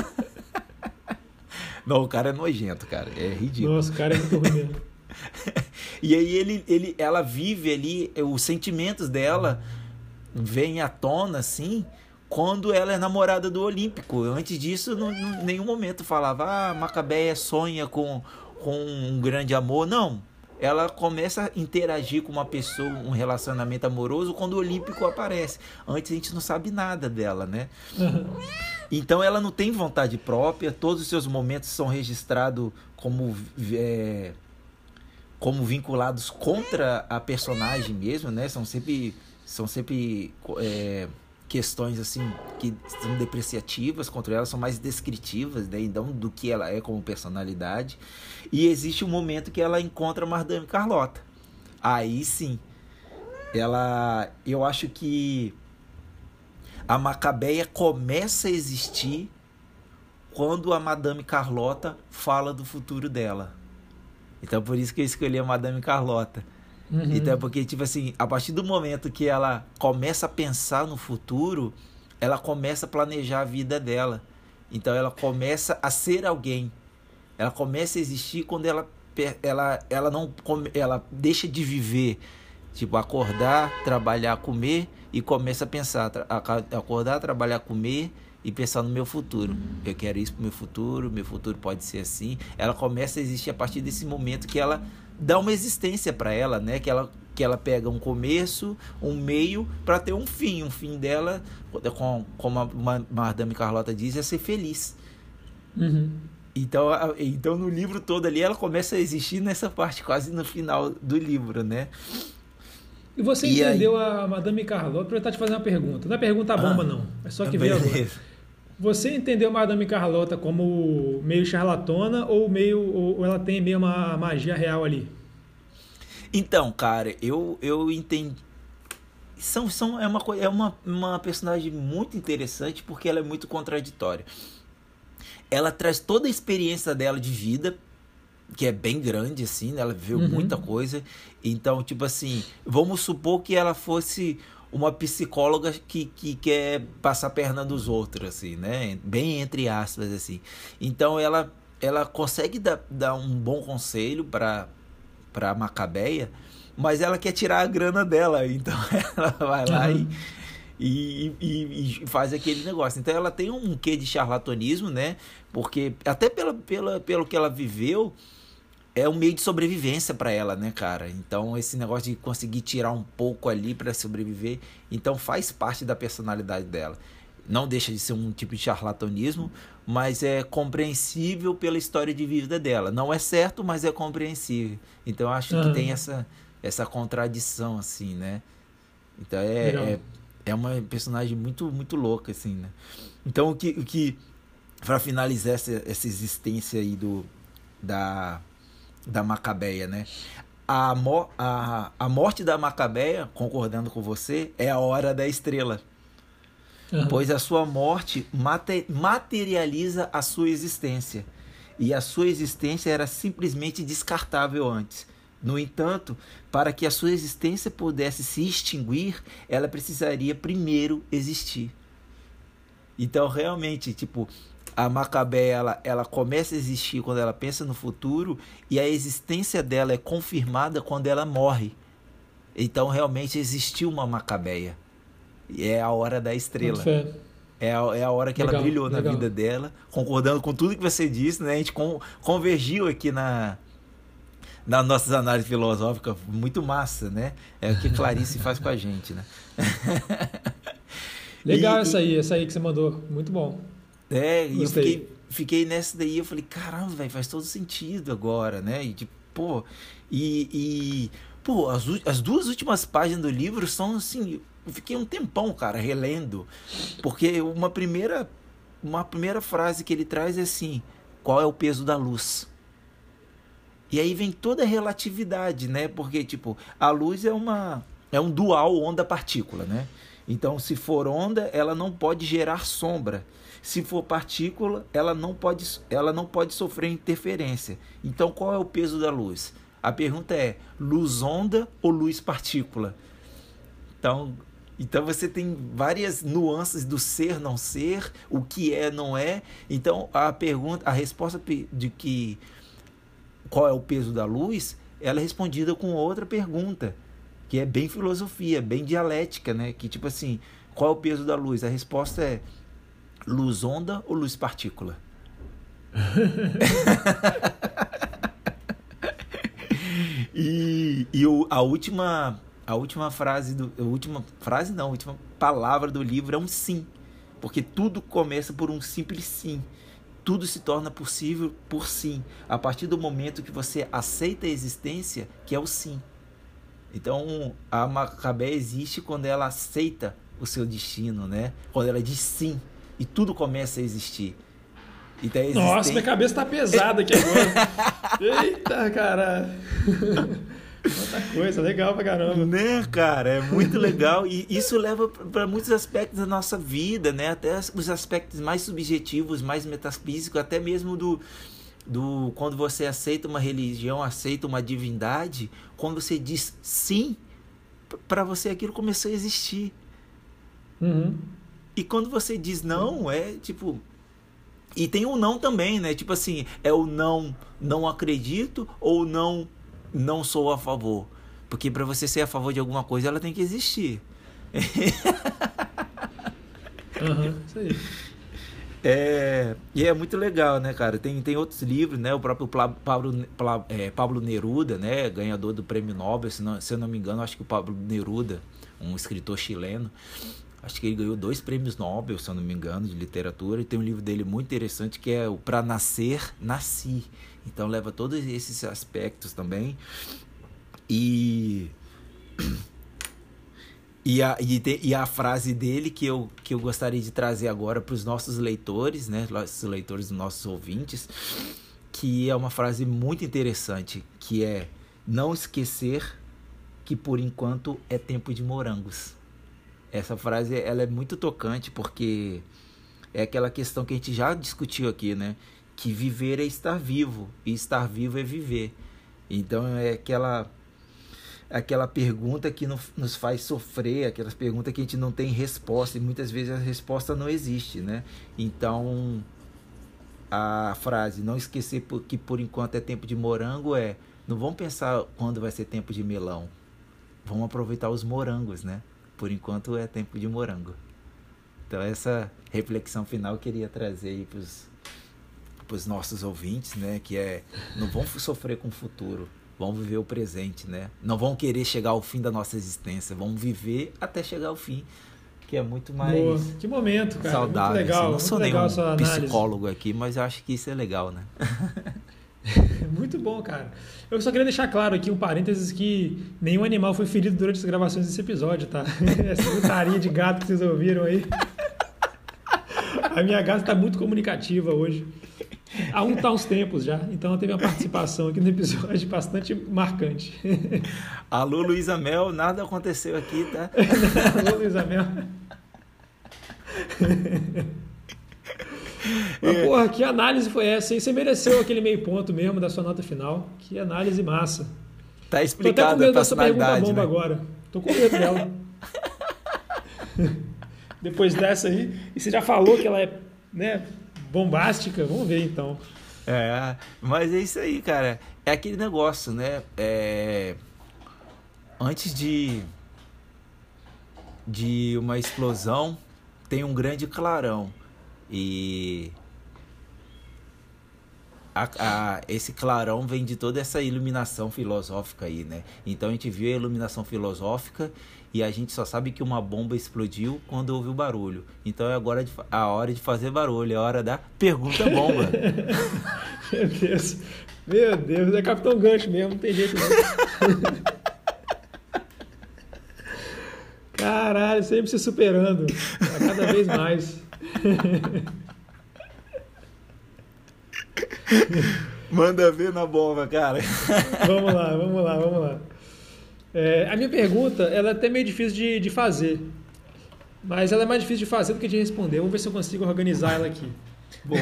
Não, o cara é nojento, cara. É ridículo. Nossa, o cara é muito ruim mesmo. E aí ela vive ali, os sentimentos dela vêm à tona, assim, quando ela é namorada do Olímpico. Antes disso, em nenhum momento falava, Macabeia sonha com um grande amor. Não. Ela começa a interagir com uma pessoa, um relacionamento amoroso, quando o Olímpico aparece. Antes a gente não sabe nada dela, né? Então ela não tem vontade própria, todos os seus momentos são registrados como vinculados contra a personagem mesmo, né? São sempre questões assim que são depreciativas contra ela, são mais descritivas, né? Então, do que ela é como personalidade. E existe um momento que ela encontra Madame Carlota. Aí sim, eu acho que a Macabeia começa a existir quando a Madame Carlota fala do futuro dela. Então por isso que eu escolhi a Madame Carlota. Então porque, tipo assim, a partir do momento que ela começa a pensar no futuro, ela começa a planejar a vida dela. Então ela começa a ser alguém. Ela começa a existir quando ela deixa de viver. Tipo, acordar, trabalhar, comer e começa a pensar. Acordar, trabalhar, comer e pensar no meu futuro. Eu quero isso pro meu futuro pode ser assim. Ela começa a existir a partir desse momento que ela dá uma existência para ela, né? Que ela pega um começo, um meio, para ter um fim. Um fim dela, como a Madame Carlota diz, é ser feliz. Então no livro todo ali, ela começa a existir nessa parte, quase no final do livro, né? E você entendeu a Madame Carlota? Vou tentar te fazer uma pergunta. Não é pergunta bomba, não. É só que veio agora. Você entendeu a Madame Carlota como meio charlatona ou ela tem meio uma magia real ali? Então, cara, eu entendi. É uma personagem muito interessante porque ela é muito contraditória. Ela traz toda a experiência dela de vida, que é bem grande, assim, né? Ela viveu muita coisa. Então, tipo assim, vamos supor que ela fosse uma psicóloga que quer passar a perna dos outros, assim, né? Bem entre aspas, assim. Então, ela consegue dar um bom conselho para Macabeia, mas ela quer tirar a grana dela. Então, ela vai lá e faz aquele negócio. Então, ela tem um quê de charlatanismo, né? Porque, até pelo que ela viveu, é um meio de sobrevivência para ela, né, cara? Então, esse negócio de conseguir tirar um pouco ali para sobreviver, então faz parte da personalidade dela. Não deixa de ser um tipo de charlatanismo, mas é compreensível pela história de vida dela. Não é certo, mas é compreensível. Então, eu acho que tem essa contradição, assim, né? Então, é uma personagem muito, muito louca, assim, né? Então, o que para finalizar essa existência aí da Macabeia, né? A morte da Macabeia, concordando com você, é a hora da estrela. Pois a sua morte materializa a sua existência. E a sua existência era simplesmente descartável antes. No entanto, para que a sua existência pudesse se extinguir, ela precisaria primeiro existir. Então, realmente, tipo, a Macabeia, ela começa a existir quando ela pensa no futuro, e a existência dela é confirmada quando ela morre. Então, realmente existiu uma Macabeia. E é a hora da estrela. É a hora que ela brilhou na vida dela, concordando com tudo que você disse, né? A gente convergiu aqui nas nossas análises filosóficas, muito massa, né? É o que Clarice faz com a gente, né? Legal essa aí que você mandou, muito bom. E eu fiquei nessa daí, eu falei, caramba, velho, faz todo sentido agora, né? E tipo, as duas últimas páginas do livro são assim, eu fiquei um tempão, cara, relendo, porque uma primeira frase que ele traz é assim: qual é o peso da luz? E aí vem toda a relatividade, né? Porque, tipo, a luz é um dual onda-partícula, né? Então, se for onda, ela não pode gerar sombra. Se for partícula, ela não pode sofrer interferência. Então, qual é o peso da luz? A pergunta é: luz-onda ou luz-partícula? Então você tem várias nuances do ser, não ser, o que é, não é. Então, a resposta de que qual é o peso da luz, ela é respondida com outra pergunta, que é bem filosofia, bem dialética, né? Que tipo assim, qual é o peso da luz? A resposta é luz-onda ou luz-partícula? A última palavra do livro é um sim, porque tudo começa por um simples sim. Tudo se torna possível por sim, a partir do momento que você aceita a existência, que é o sim. Então, a Macabeia existe quando ela aceita o seu destino, né? Quando ela diz sim, e tudo começa a existir. Então, Nossa, minha cabeça tá pesada aqui agora. Eita, caralho. Outra coisa, legal pra caramba. Né, cara? É muito legal. E isso leva para muitos aspectos da nossa vida, né? Até os aspectos mais subjetivos, mais metafísicos, até mesmo do quando você aceita uma religião, aceita uma divindade, quando você diz sim, para você aquilo começou a existir. Uhum. E quando você diz não, é tipo... E tem o não também, né? Tipo assim, é o não acredito ou não sou a favor. Porque para você ser a favor de alguma coisa, ela tem que existir. Isso aí. E é muito legal, né, cara? Tem outros livros, né? O próprio Pablo Neruda, né? Ganhador do Prêmio Nobel, se eu não me engano, acho que o Pablo Neruda, um escritor chileno, acho que ele ganhou 2 prêmios Nobel, se eu não me engano, de literatura. E tem um livro dele muito interessante que é o Pra Nascer, Nasci. Então leva todos esses aspectos também. E a frase dele que eu gostaria de trazer agora para os nossos leitores, né? Os leitores dos nossos ouvintes, que é uma frase muito interessante, que é: não esquecer que por enquanto é tempo de morangos. Essa frase ela é muito tocante porque é aquela questão que a gente já discutiu aqui, né? Que viver é estar vivo e estar vivo é viver. Então é aquela pergunta que nos faz sofrer, aquelas perguntas que a gente não tem resposta e muitas vezes a resposta não existe, né? Então a frase não esquecer que por enquanto é tempo de morango não vamos pensar quando vai ser tempo de melão, vamos aproveitar os morangos, né? Por enquanto é tempo de morango. Então essa reflexão final eu queria trazer aí para os nossos ouvintes, né? Que não vão sofrer com o futuro, vão viver o presente, né? Não vão querer chegar ao fim da nossa existência, vão viver até chegar ao fim, que é muito mais... Boa. Que momento, cara. Saudável. Muito legal, assim. Não sou legal nenhum psicólogo aqui, mas eu acho que isso é legal, né? Muito bom, cara. Eu só queria deixar claro aqui um parênteses que nenhum animal foi ferido durante as gravações desse episódio, tá? Essa gritaria de gato que vocês ouviram aí. A minha gata está muito comunicativa hoje. Há uns tempos já. Então ela teve uma participação aqui no episódio bastante marcante. Alô, Luísa Mel, nada aconteceu aqui, tá? Alô, Luísa Mel. Mas, porra, que análise foi essa, hein? Você mereceu aquele meio ponto mesmo da sua nota final. Que análise massa. Tá explicado a personalidade, bomba, né? Agora. Tô com medo dela. Depois dessa aí. E você já falou que ela é, né, bombástica. Vamos ver, então. Mas é isso aí, cara. É aquele negócio, né? Antes de uma explosão, tem um grande clarão. E esse clarão vem de toda essa iluminação filosófica aí, né? Então a gente viu a iluminação filosófica e a gente só sabe que uma bomba explodiu quando houve o barulho. Então é agora a hora de fazer barulho, é a hora da pergunta bomba. Meu Deus, é Capitão Gancho mesmo, não tem jeito não. Caralho, sempre se superando, a cada vez mais. Manda ver na bomba, cara. Vamos lá. A minha pergunta, ela é até meio difícil de fazer, mas ela é mais difícil de fazer do que de responder. Vamos ver se eu consigo organizar ela aqui. Boa.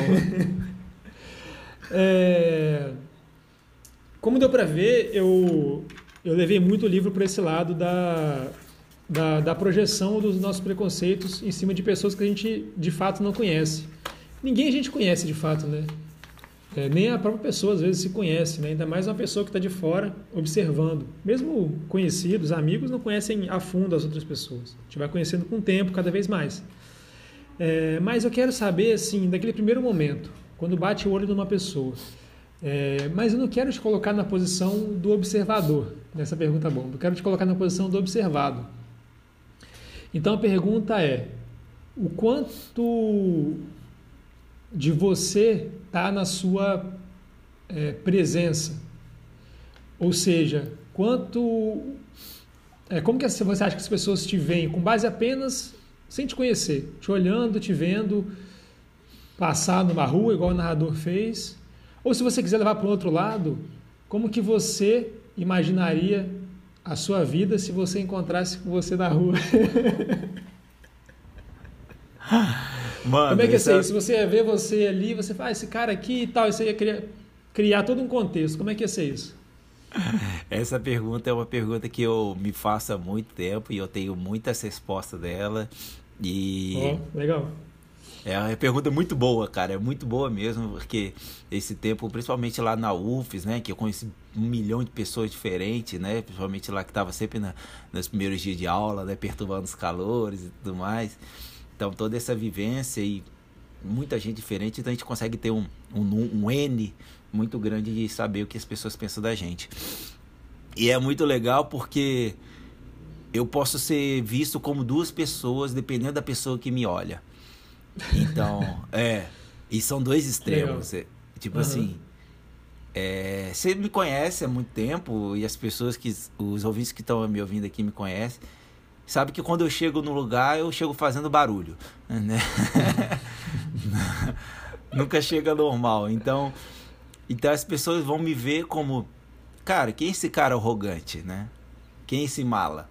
Como deu para ver, eu levei muito o livro para esse lado da projeção dos nossos preconceitos em cima de pessoas que a gente de fato não conhece. Ninguém a gente conhece de fato, né? Nem a própria pessoa às vezes se conhece, né? Ainda mais uma pessoa que está de fora observando. Mesmo conhecidos, amigos, não conhecem a fundo as outras pessoas. A gente vai conhecendo com o tempo, cada vez mais. Mas eu quero saber, assim, daquele primeiro momento, quando bate o olho numa pessoa. Mas eu não quero te colocar na posição do observador, nessa pergunta bomba. Eu quero te colocar na posição do observado. Então a pergunta é: o quanto de você está na sua presença? Ou seja, como que você acha que as pessoas te veem com base apenas sem te conhecer, te olhando, te vendo passar numa rua, igual o narrador fez? Ou se você quiser levar para o outro lado, como que você imaginaria a sua vida se você encontrasse com você na rua? Mano, Como é que ia ser isso? Se você ia ver você ali, você fala, esse cara aqui e tal, e você ia criar todo um contexto. Como é que ia ser isso? essa pergunta é uma pergunta que eu me faço há muito tempo e eu tenho muitas respostas dela. E Legal. é uma pergunta muito boa, cara. É muito boa mesmo, porque esse tempo, principalmente lá na UFES, né? Que eu conheci 1 milhão de pessoas diferentes, né? Principalmente lá que estava sempre nos primeiros dias de aula, né? Perturbando os calores e tudo mais. Então, toda essa vivência e muita gente diferente, então a gente consegue ter um N muito grande de saber o que as pessoas pensam da gente. E é muito legal porque eu posso ser visto como 2 pessoas, dependendo da pessoa que me olha. Então, e são 2 extremos. Tipo assim, você me conhece há muito tempo e os ouvintes que estão me ouvindo aqui me conhecem, sabe que quando eu chego no lugar, eu chego fazendo barulho, né? Nunca chega normal. Então as pessoas vão me ver como, cara, quem é esse cara arrogante, né? Quem é esse mala?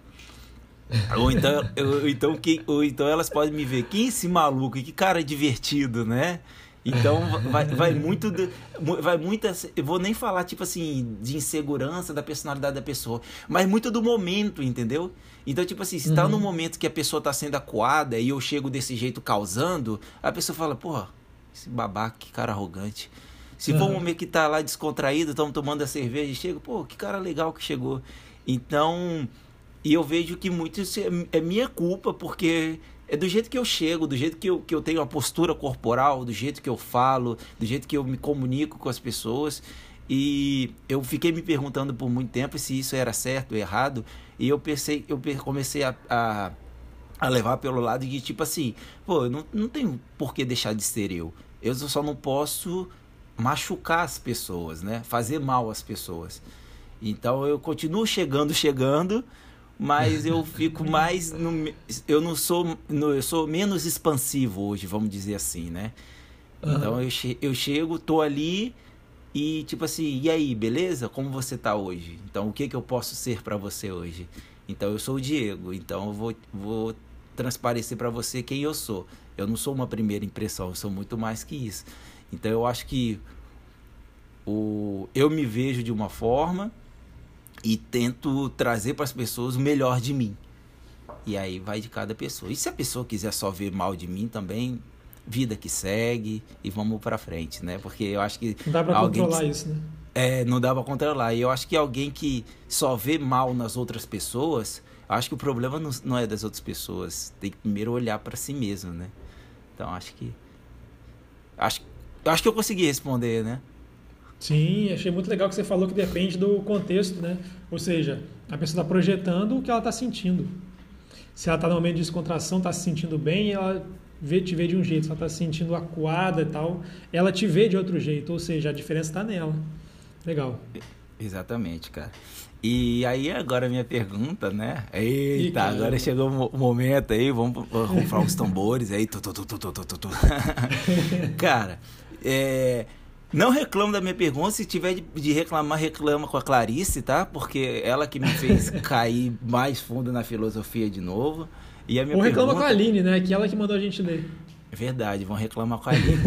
Ou então elas podem me ver, quem é esse maluco? Que cara divertido, né? Então vai muito eu vou nem falar tipo assim de insegurança da personalidade da pessoa, mas muito do momento, entendeu? Então tipo assim, se tá num momento que a pessoa tá sendo acuada e eu chego desse jeito causando, a pessoa fala, porra, esse babaca, que cara arrogante. Se for um momento que tá lá descontraído, estamos tomando a cerveja e chega, pô, que cara legal que chegou. Então, e eu vejo que muito isso é minha culpa, porque é do jeito que eu chego, do jeito que eu tenho a postura corporal, do jeito que eu falo, do jeito que eu me comunico com as pessoas. E eu fiquei me perguntando por muito tempo se isso era certo ou errado. E eu comecei a levar pelo lado de tipo assim, pô, eu não tenho por que deixar de ser eu. Eu só não posso machucar as pessoas, né? Fazer mal às pessoas. Então eu continuo chegando, mas eu fico mais eu sou menos expansivo hoje, vamos dizer assim, né? Então eu chego, tô ali e tipo assim, e aí, beleza? Como você tá hoje? Então o que eu posso ser para você hoje? Então eu sou o Diego, então eu vou transparecer para você quem eu sou. Eu não sou uma primeira impressão, eu sou muito mais que isso. Então eu acho que eu me vejo de uma forma e tento trazer para as pessoas o melhor de mim. E aí vai de cada pessoa. E se a pessoa quiser só ver mal de mim também, vida que segue e vamos para frente, né? Porque eu acho que não dá para controlar isso, né? Não dá para controlar. E eu acho que alguém que só vê mal nas outras pessoas, eu acho que o problema não é das outras pessoas. Tem que primeiro olhar para si mesmo, né? Então acho que eu consegui responder, né? Sim, achei muito legal que você falou que depende do contexto, né? Ou seja, a pessoa está projetando o que ela está sentindo. Se ela está no momento de descontração, está se sentindo bem, ela te vê de um jeito. Se ela está se sentindo acuada e tal, ela te vê de outro jeito. Ou seja, a diferença está nela. Legal. Exatamente, cara. E aí agora a minha pergunta, né? Eita, agora chegou o momento aí, vamos rufar os tambores aí. Cara, não reclamo da minha pergunta. Se tiver de reclamar, reclama com a Clarice, tá? Porque ela que me fez cair mais fundo na filosofia de novo. E a minha reclama com a Aline, né? Que ela que mandou a gente ler. É verdade, vão reclamar com a Aline.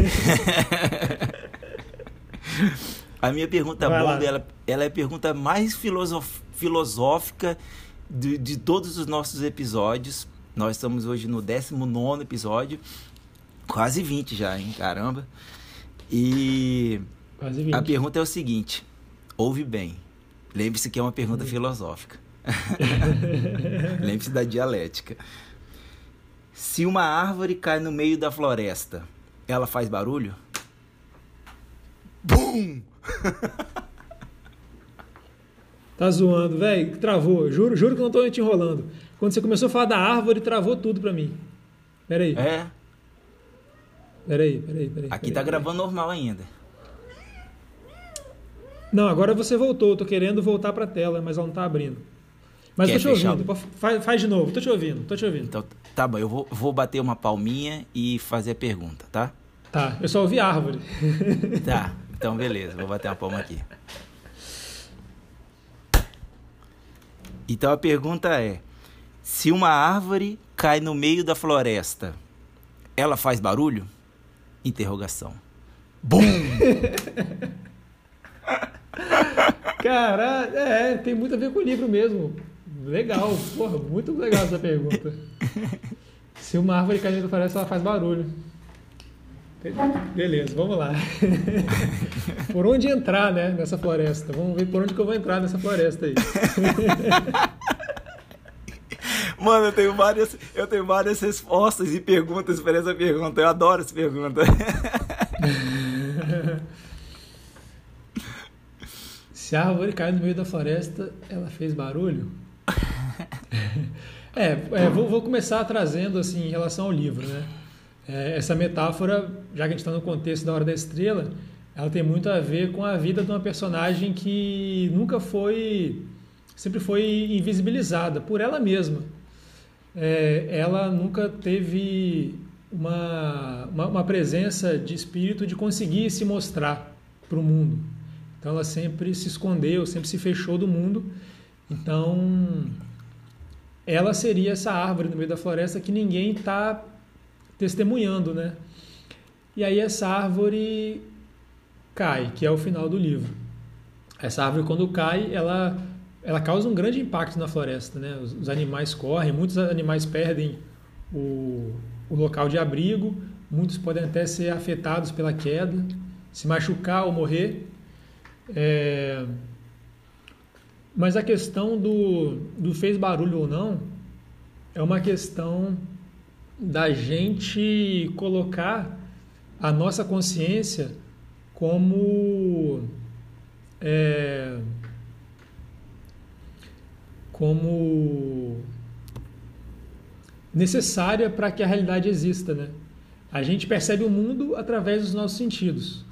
A minha pergunta ela é a pergunta mais filosófica de todos os nossos episódios. Nós estamos hoje no 19º episódio. Quase 20 já, hein? Caramba. E quase 20. A pergunta é o seguinte. Ouve bem. Lembre-se que é uma pergunta filosófica. Lembre-se da dialética. Se uma árvore cai no meio da floresta, ela faz barulho? Bum! Tá zoando, velho. Travou. Juro que eu não tô te enrolando. Quando você começou a falar da árvore, travou tudo pra mim. Peraí. Peraí. Aqui tá gravando normal ainda. Não, agora você voltou. Eu tô querendo voltar pra tela, mas ela não tá abrindo. Mas tô te ouvindo. Faz de novo. Tô te ouvindo. Então, tá bom. Eu vou bater uma palminha e fazer a pergunta, tá? Tá. Eu só ouvi árvore. Tá. Então, beleza. Vou bater uma palma aqui. Então a pergunta é: se uma árvore cai no meio da floresta, ela faz barulho? Interrogação. Bum! Cara, tem muito a ver com o livro mesmo. Legal, porra, muito legal essa pergunta. Se uma árvore cai no meio da floresta, ela faz barulho. Beleza, vamos lá. Por onde entrar, né, nessa floresta? Vamos ver por onde que eu vou entrar nessa floresta aí. Mano, eu tenho várias respostas e perguntas para essa pergunta. Eu adoro essa pergunta. Se a árvore cai no meio da floresta, ela fez barulho? Vou começar trazendo assim em relação ao livro, né? Essa metáfora, já que a gente está no contexto da Hora da Estrela, ela tem muito a ver com a vida de uma personagem que sempre foi invisibilizada por ela mesma. Ela nunca teve uma presença de espírito de conseguir se mostrar para o mundo. Então ela sempre se escondeu, sempre se fechou do mundo. Então ela seria essa árvore no meio da floresta que ninguém está testemunhando, né? E aí essa árvore cai, que é o final do livro. Essa árvore, quando cai, ela causa um grande impacto na floresta, né? Os animais correm, muitos animais perdem o local de abrigo, muitos podem até ser afetados pela queda, se machucar ou morrer. Mas a questão do fez barulho ou não é uma questão da gente colocar a nossa consciência como necessária para que a realidade exista, né? A gente percebe o mundo através dos nossos sentidos,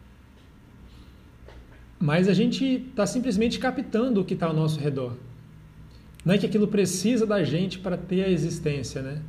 mas a gente está simplesmente captando o que está ao nosso redor. Não é que aquilo precisa da gente para ter a existência, né?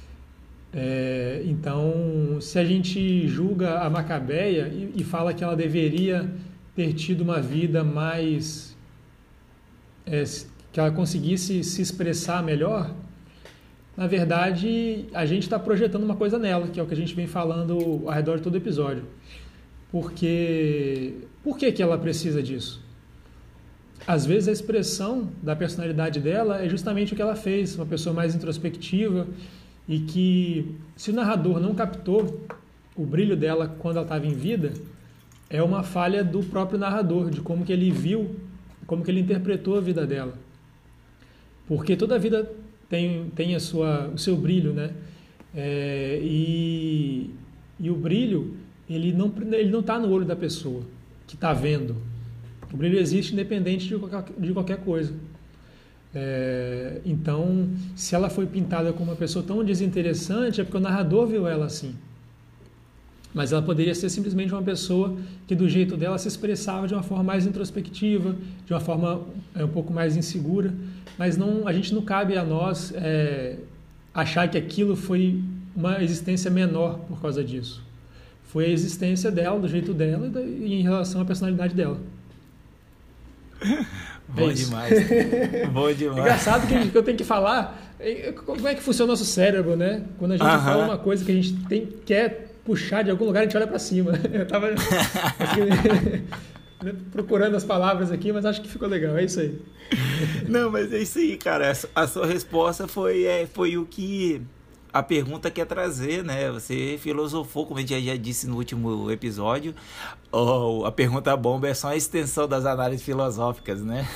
Então, se a gente julga a Macabeia e fala que ela deveria ter tido uma vida mais... que ela conseguisse se expressar melhor, na verdade, a gente está projetando uma coisa nela, que é o que a gente vem falando ao redor de todo episódio. Por que ela precisa disso? Às vezes a expressão da personalidade dela é justamente o que ela fez, uma pessoa mais introspectiva, e que, se o narrador não captou o brilho dela quando ela estava em vida, é uma falha do próprio narrador, de como que ele viu, como que ele interpretou a vida dela. Porque toda vida tem o seu brilho, né? E o brilho, ele não está no olho da pessoa que está vendo. O brilho existe independente de qualquer coisa. Então, se ela foi pintada como uma pessoa tão desinteressante, é porque o narrador viu ela assim. Mas ela poderia ser simplesmente uma pessoa que, do jeito dela, se expressava de uma forma mais introspectiva, de uma forma um pouco mais insegura. Mas a gente não cabe a nós achar que aquilo foi uma existência menor por causa disso. Foi a existência dela, do jeito dela e em relação à personalidade dela. Bom demais. Bom demais. Engraçado que eu tenho que falar como é que funciona o nosso cérebro, né? Quando a gente fala uma coisa que a gente quer puxar de algum lugar, a gente olha para cima. Eu tava procurando as palavras aqui, mas acho que ficou legal, é isso aí. Não, mas é isso aí, cara. A sua resposta foi o que a pergunta quer trazer, né? Você filosofou, como a gente já disse no último episódio. A pergunta bomba é só a extensão das análises filosóficas, né?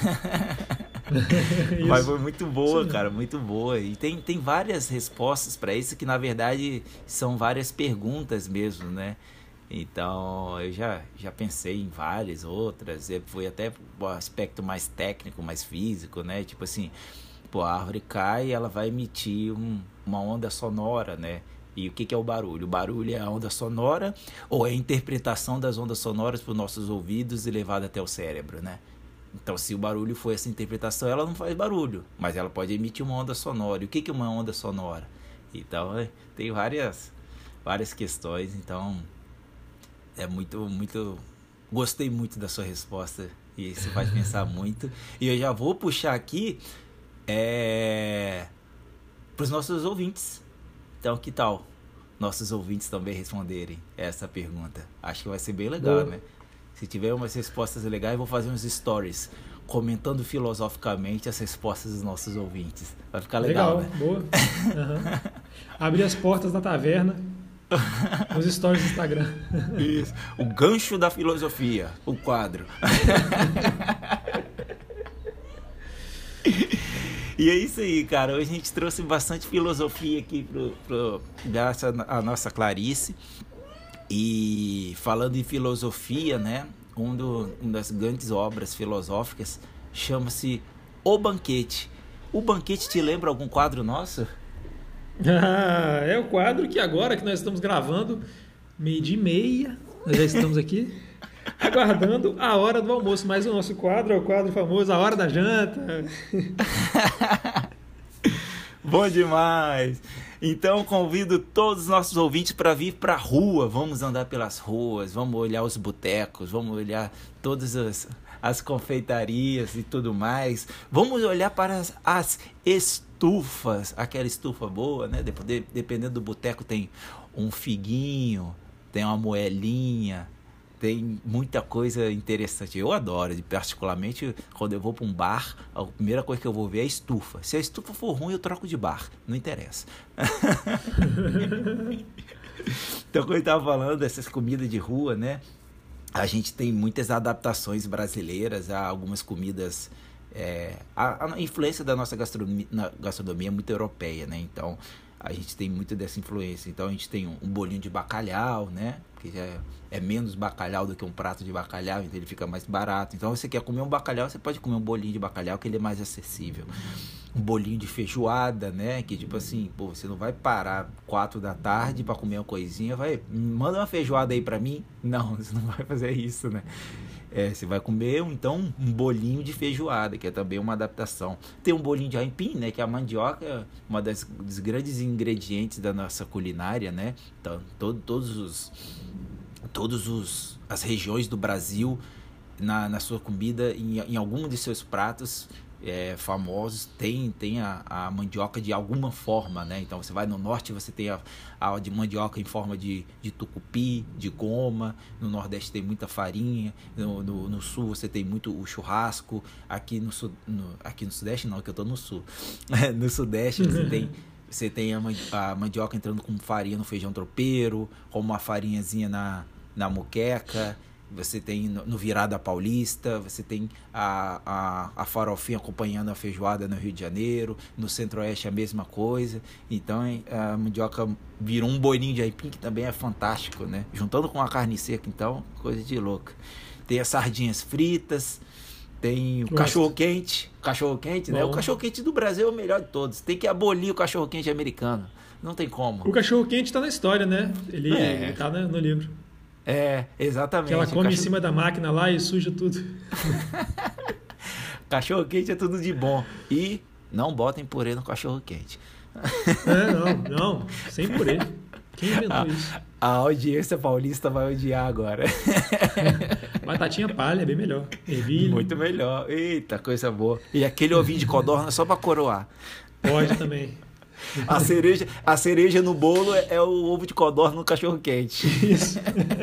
Mas foi muito boa, cara, muito boa. E tem várias respostas para isso que, na verdade, são várias perguntas mesmo, né? Então, eu já pensei em várias outras. Foi até o aspecto mais técnico, mais físico, né? Tipo assim, a árvore cai e ela vai emitir uma onda sonora, né? E o que é o barulho? O barulho é a onda sonora ou é a interpretação das ondas sonoras para os nossos ouvidos e levada até o cérebro, né? Então, se o barulho for essa interpretação, ela não faz barulho, mas ela pode emitir uma onda sonora. E o que é uma onda sonora? Então, tem várias questões. Então, é muito... Gostei muito da sua resposta e isso faz pensar muito. E eu já vou puxar aqui para os nossos ouvintes. Então, que tal nossos ouvintes também responderem essa pergunta? Acho que vai ser bem legal, né? Se tiver umas respostas legais, eu vou fazer uns stories comentando filosoficamente as respostas dos nossos ouvintes. Vai ficar legal, né? Boa. Uhum. Abrir as portas da taverna nos stories do Instagram. Isso. O gancho da filosofia, o quadro. E é isso aí, cara. Hoje a gente trouxe bastante filosofia aqui graças à nossa Clarice. E falando em filosofia, né? Uma das grandes obras filosóficas chama-se O Banquete. O Banquete te lembra algum quadro nosso? É o quadro que agora que nós estamos gravando, 12:30, nós já estamos aqui aguardando a hora do almoço. Mas o nosso quadro é o quadro famoso, a hora da janta. Bom demais! Então convido todos os nossos ouvintes para vir para a rua. Vamos andar pelas ruas, vamos olhar os botecos, vamos olhar todas as confeitarias e tudo mais. Vamos olhar para as estufas, aquela estufa boa, né? Dependendo do boteco tem um figuinho, tem uma moelinha, tem muita coisa interessante. Eu adoro, particularmente quando eu vou para um bar, a primeira coisa que eu vou ver é a estufa. Se a estufa for ruim, eu troco de bar, não interessa. Então, quando eu estava falando dessas comidas de rua, né? A gente tem muitas adaptações brasileiras a algumas comidas. A influência da nossa gastronomia é muito europeia, né? Então a gente tem muito dessa influência. Então a gente tem um bolinho de bacalhau, né? Que já é menos bacalhau do que um prato de bacalhau, então ele fica mais barato. Então você quer comer um bacalhau, você pode comer um bolinho de bacalhau, que ele é mais acessível. Um bolinho de feijoada, né? Que tipo assim, pô, você não vai parar 4 da tarde para comer uma coisinha, manda uma feijoada aí para mim. Não, você não vai fazer isso, né? Você vai comer, então, um bolinho de feijoada, que é também uma adaptação. Tem um bolinho de aipim, né? Que a mandioca é uma dos grandes ingredientes da nossa culinária, né? Então, as regiões do Brasil, na sua comida, em algum de seus pratos famosos, tem a mandioca de alguma forma, né? Então você vai no norte, você tem a de mandioca em forma de tucupi, de goma. No nordeste tem muita farinha. No sul você tem muito o churrasco. Aqui no sudeste não, que eu tô no sul. No sudeste você tem a mandioca entrando com farinha no feijão tropeiro, com uma farinhazinha na moqueca. Você tem no virada paulista, você tem a farofinha acompanhando a feijoada no Rio de Janeiro. No centro-oeste a mesma coisa. Então a mandioca virou um bolinho de aipim, que também é fantástico, né? Juntando com a carne seca, então, coisa de louca. Tem as sardinhas fritas, tem o cachorro-quente, né? O cachorro-quente do Brasil é o melhor de todos. Tem que abolir o cachorro-quente americano. Não tem como. O cachorro-quente tá na história, né? Ele tá no livro. Exatamente. Que ela come em cima da máquina lá e suja tudo. Cachorro-quente é tudo de bom. E não botem purê no cachorro-quente. Não. Sem purê. Quem inventou isso? A audiência paulista vai odiar agora. Batatinha palha é bem melhor. Ervilha. Muito melhor. Eita, coisa boa. E aquele ovinho de codorna só pra coroar. Pode também. A cereja no bolo é o ovo de codorna no cachorro-quente. Isso.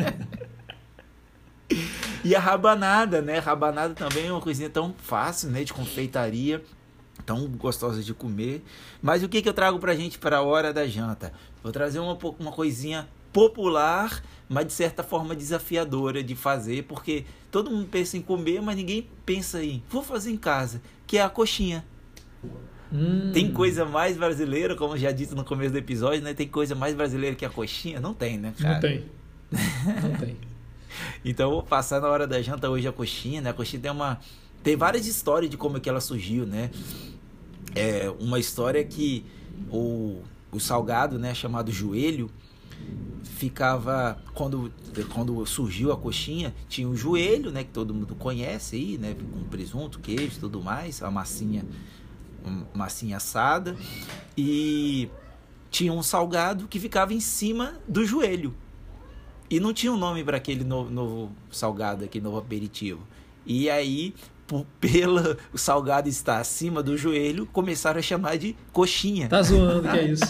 E a rabanada, né? Rabanada também é uma coisinha tão fácil, né? De confeitaria, tão gostosa de comer. Mas o que eu trago pra gente para a hora da janta? Vou trazer uma coisinha popular, mas de certa forma desafiadora de fazer, porque todo mundo pensa em comer, mas ninguém pensa em vou fazer em casa, que é a coxinha. Tem coisa mais brasileira, como já dito no começo do episódio, né? Tem coisa mais brasileira que a coxinha? Não tem, né, cara? Não tem. Então eu vou passar na hora da janta hoje a coxinha, né? A coxinha tem várias histórias de como é que ela surgiu, né? Uma história que o salgado, né, chamado joelho, ficava, quando surgiu a coxinha, tinha o joelho, né, que todo mundo conhece aí, né, com presunto, queijo e tudo mais, a massinha assada, e tinha um salgado que ficava em cima do joelho. E não tinha um nome para aquele novo salgado, aquele novo aperitivo. E aí o salgado estar acima do joelho, começaram a chamar de coxinha. Tá zoando que é isso?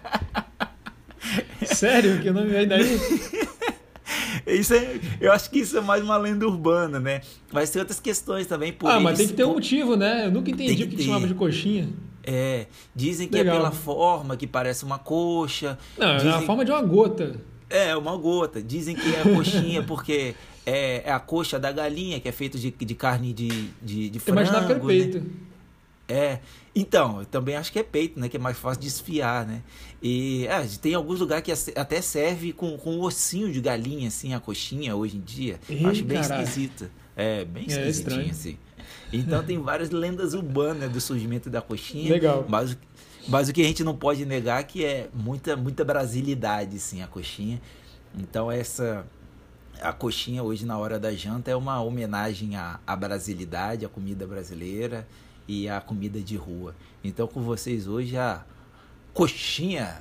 Sério? Que o nome vem daí? Eu acho que isso é mais uma lenda urbana, né? Mas tem outras questões também. Mas tem que ter um motivo, né? Eu nunca entendi o que chamava de coxinha. Dizem que Legal. É pela forma, que parece uma coxa. Não, dizem... é a forma de uma gota. Uma gota. Dizem que é coxinha porque é a coxa da galinha, que é feita de carne de frango. Eu imaginava que era peito. Né? Então, eu também acho que é peito, né? Que é mais fácil de desfiar, né? E tem alguns lugares que até serve com ossinho de galinha, assim, a coxinha, hoje em dia. Acho bem esquisito. Bem esquisitinho, assim. Então, tem várias lendas urbanas do surgimento da coxinha. Legal. Mas o que a gente não pode negar é que é muita brasilidade, assim, a coxinha. Então, a coxinha hoje, na hora da janta, é uma homenagem à brasilidade, à comida brasileira e à comida de rua. Então, com vocês hoje, a coxinha.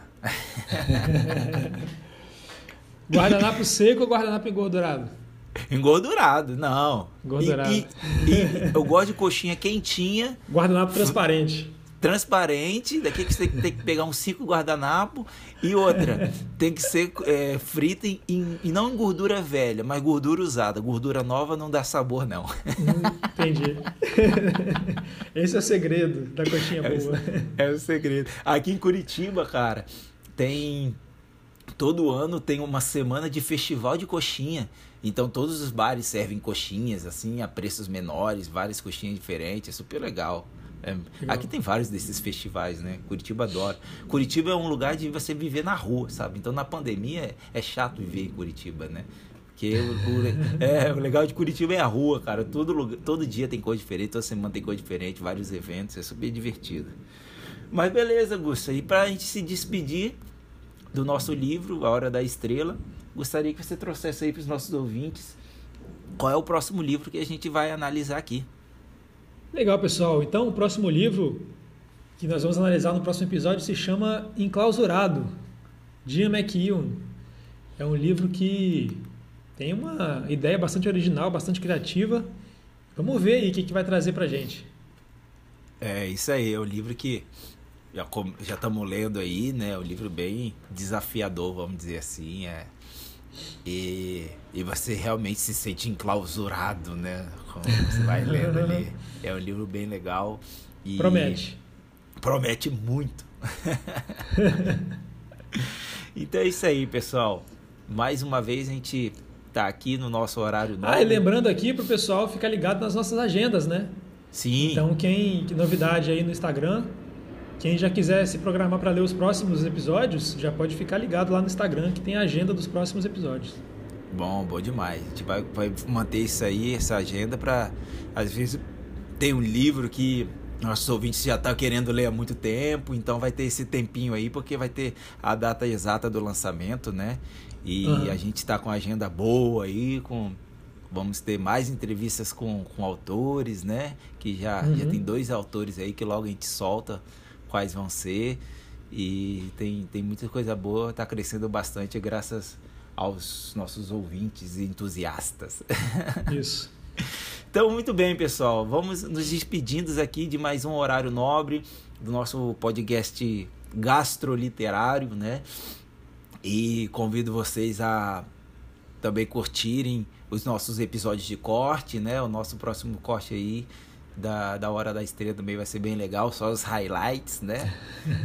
Guardanapo seco ou guardanapo engordurado? Engordurado, não. Engordurado. E eu gosto de coxinha quentinha. Guardanapo transparente, daqui que você tem que pegar uns 5 guardanapos. E outra, tem que ser frita e não em gordura velha, mas gordura usada. Gordura nova não dá sabor, não. Entendi. Esse é o segredo da coxinha boa. É o segredo. Aqui em Curitiba, cara, todo ano tem uma semana de festival de coxinha. Então todos os bares servem coxinhas, assim, a preços menores, várias coxinhas diferentes, é super legal. Aqui tem vários desses festivais, né? Curitiba adora. Curitiba é um lugar de você viver na rua, sabe? Então na pandemia é chato viver em Curitiba, né? Porque o legal de Curitiba é a rua, cara. Todo dia tem coisa diferente, toda semana tem coisa diferente, vários eventos, é super divertido. Mas beleza, Gusta. E pra gente se despedir do nosso livro, A Hora da Estrela, gostaria que você trouxesse aí para os nossos ouvintes qual é o próximo livro que a gente vai analisar aqui. Legal, pessoal. Então, o próximo livro que nós vamos analisar no próximo episódio se chama Enclausurado, de Ian McEwan. É um livro que tem uma ideia bastante original, bastante criativa. Vamos ver aí o que vai trazer para a gente. Isso aí. É um livro que já estamos lendo aí, né? É um livro bem desafiador, vamos dizer assim. E você realmente se sente enclausurado, né? Como você vai lendo ali. É um livro bem legal. E promete muito. Então é isso aí, pessoal. Mais uma vez a gente tá aqui no nosso horário novo. E lembrando aqui pro pessoal ficar ligado nas nossas agendas, né? Sim. Então que novidade aí no Instagram. Quem já quiser se programar para ler os próximos episódios, já pode ficar ligado lá no Instagram, que tem a agenda dos próximos episódios. Bom demais. A gente vai manter isso aí, essa agenda, para às vezes tem um livro que nossos ouvintes já estão querendo ler há muito tempo, então vai ter esse tempinho aí, porque vai ter a data exata do lançamento, né? E a gente está com a agenda boa aí, vamos ter mais entrevistas com autores, né? Que já tem 2 autores aí que logo a gente solta quais vão ser, e tem muita coisa boa, está crescendo bastante graças aos nossos ouvintes e entusiastas. Isso. Então, muito bem, pessoal, vamos nos despedindo aqui de mais um Horário Nobre, do nosso podcast gastroliterário, né? E convido vocês a também curtirem os nossos episódios de corte, né? O nosso próximo corte aí da Hora da Estrela também vai ser bem legal, só os highlights, né?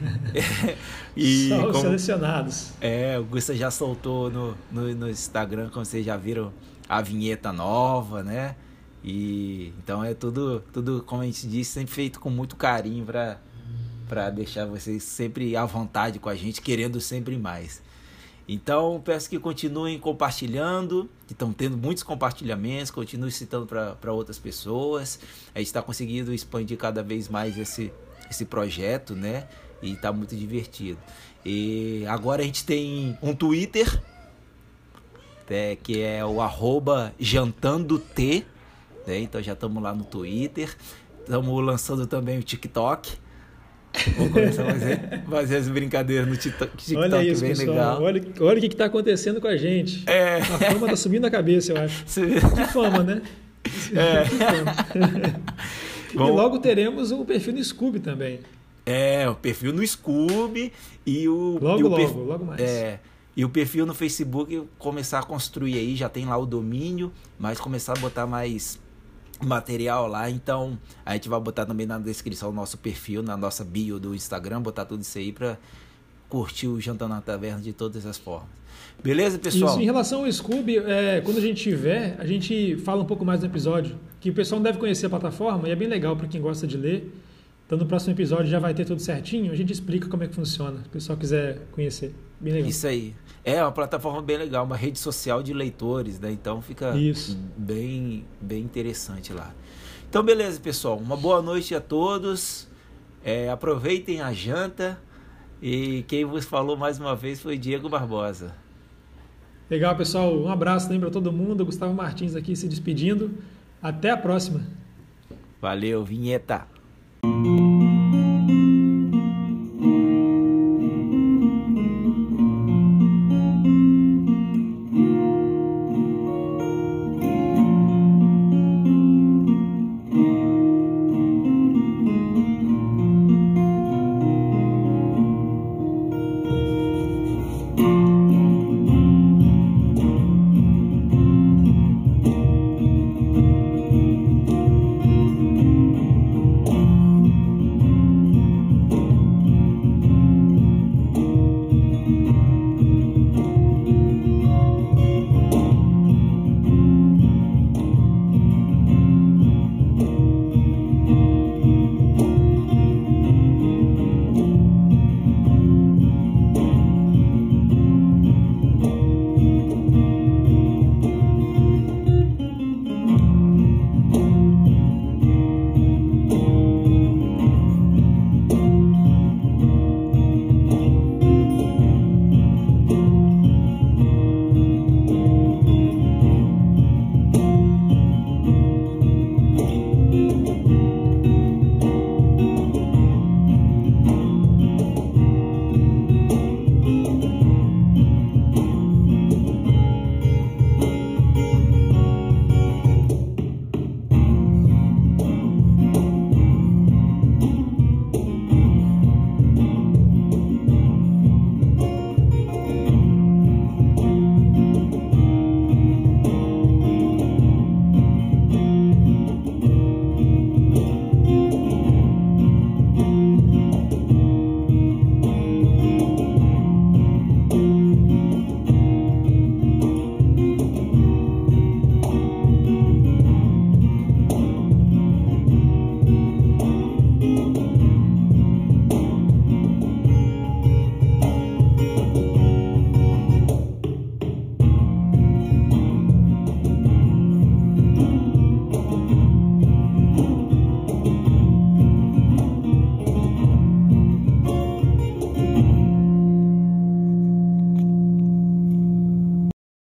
Só os selecionados. O Gusta já soltou no Instagram, como vocês já viram, a vinheta nova, né? E então é tudo, como a gente disse, sempre feito com muito carinho para deixar vocês sempre à vontade com a gente, querendo sempre mais. Então, peço que continuem compartilhando, que estão tendo muitos compartilhamentos, continuem citando para outras pessoas. A gente está conseguindo expandir cada vez mais esse projeto, né? E está muito divertido. E agora a gente tem um Twitter, que é o @jantandoT, né? Então já estamos lá no Twitter. Estamos lançando também o TikTok. Vou começar a fazer as brincadeiras no TikTok. Olha isso, bem pessoal. Legal. Olha o que está acontecendo com a gente. A fama está subindo a cabeça, eu acho. Que fama, né? E logo teremos um perfil no Scoob também. O perfil no Scoob e o... Logo mais. E o perfil no Facebook começar a construir aí, já tem lá o domínio, mas começar a botar mais material lá, então a gente vai botar também na descrição o nosso perfil, na nossa bio do Instagram, botar tudo isso aí pra curtir o Jantando na Taverna de todas as formas. Beleza, pessoal? Isso, em relação ao Scoob, quando a gente tiver, a gente fala um pouco mais no episódio, que o pessoal não deve conhecer a plataforma e é bem legal para quem gosta de ler. Então no próximo episódio já vai ter tudo certinho, a gente explica como é que funciona, se o pessoal quiser conhecer. Bem legal. Isso aí. É uma plataforma bem legal, uma rede social de leitores, né? Então fica bem interessante lá. Então beleza, pessoal. Uma boa noite a todos. Aproveitem a janta. E quem vos falou mais uma vez foi Diego Barbosa. Legal, pessoal. Um abraço aí para todo mundo. Gustavo Martins aqui se despedindo. Até a próxima. Valeu, vinheta.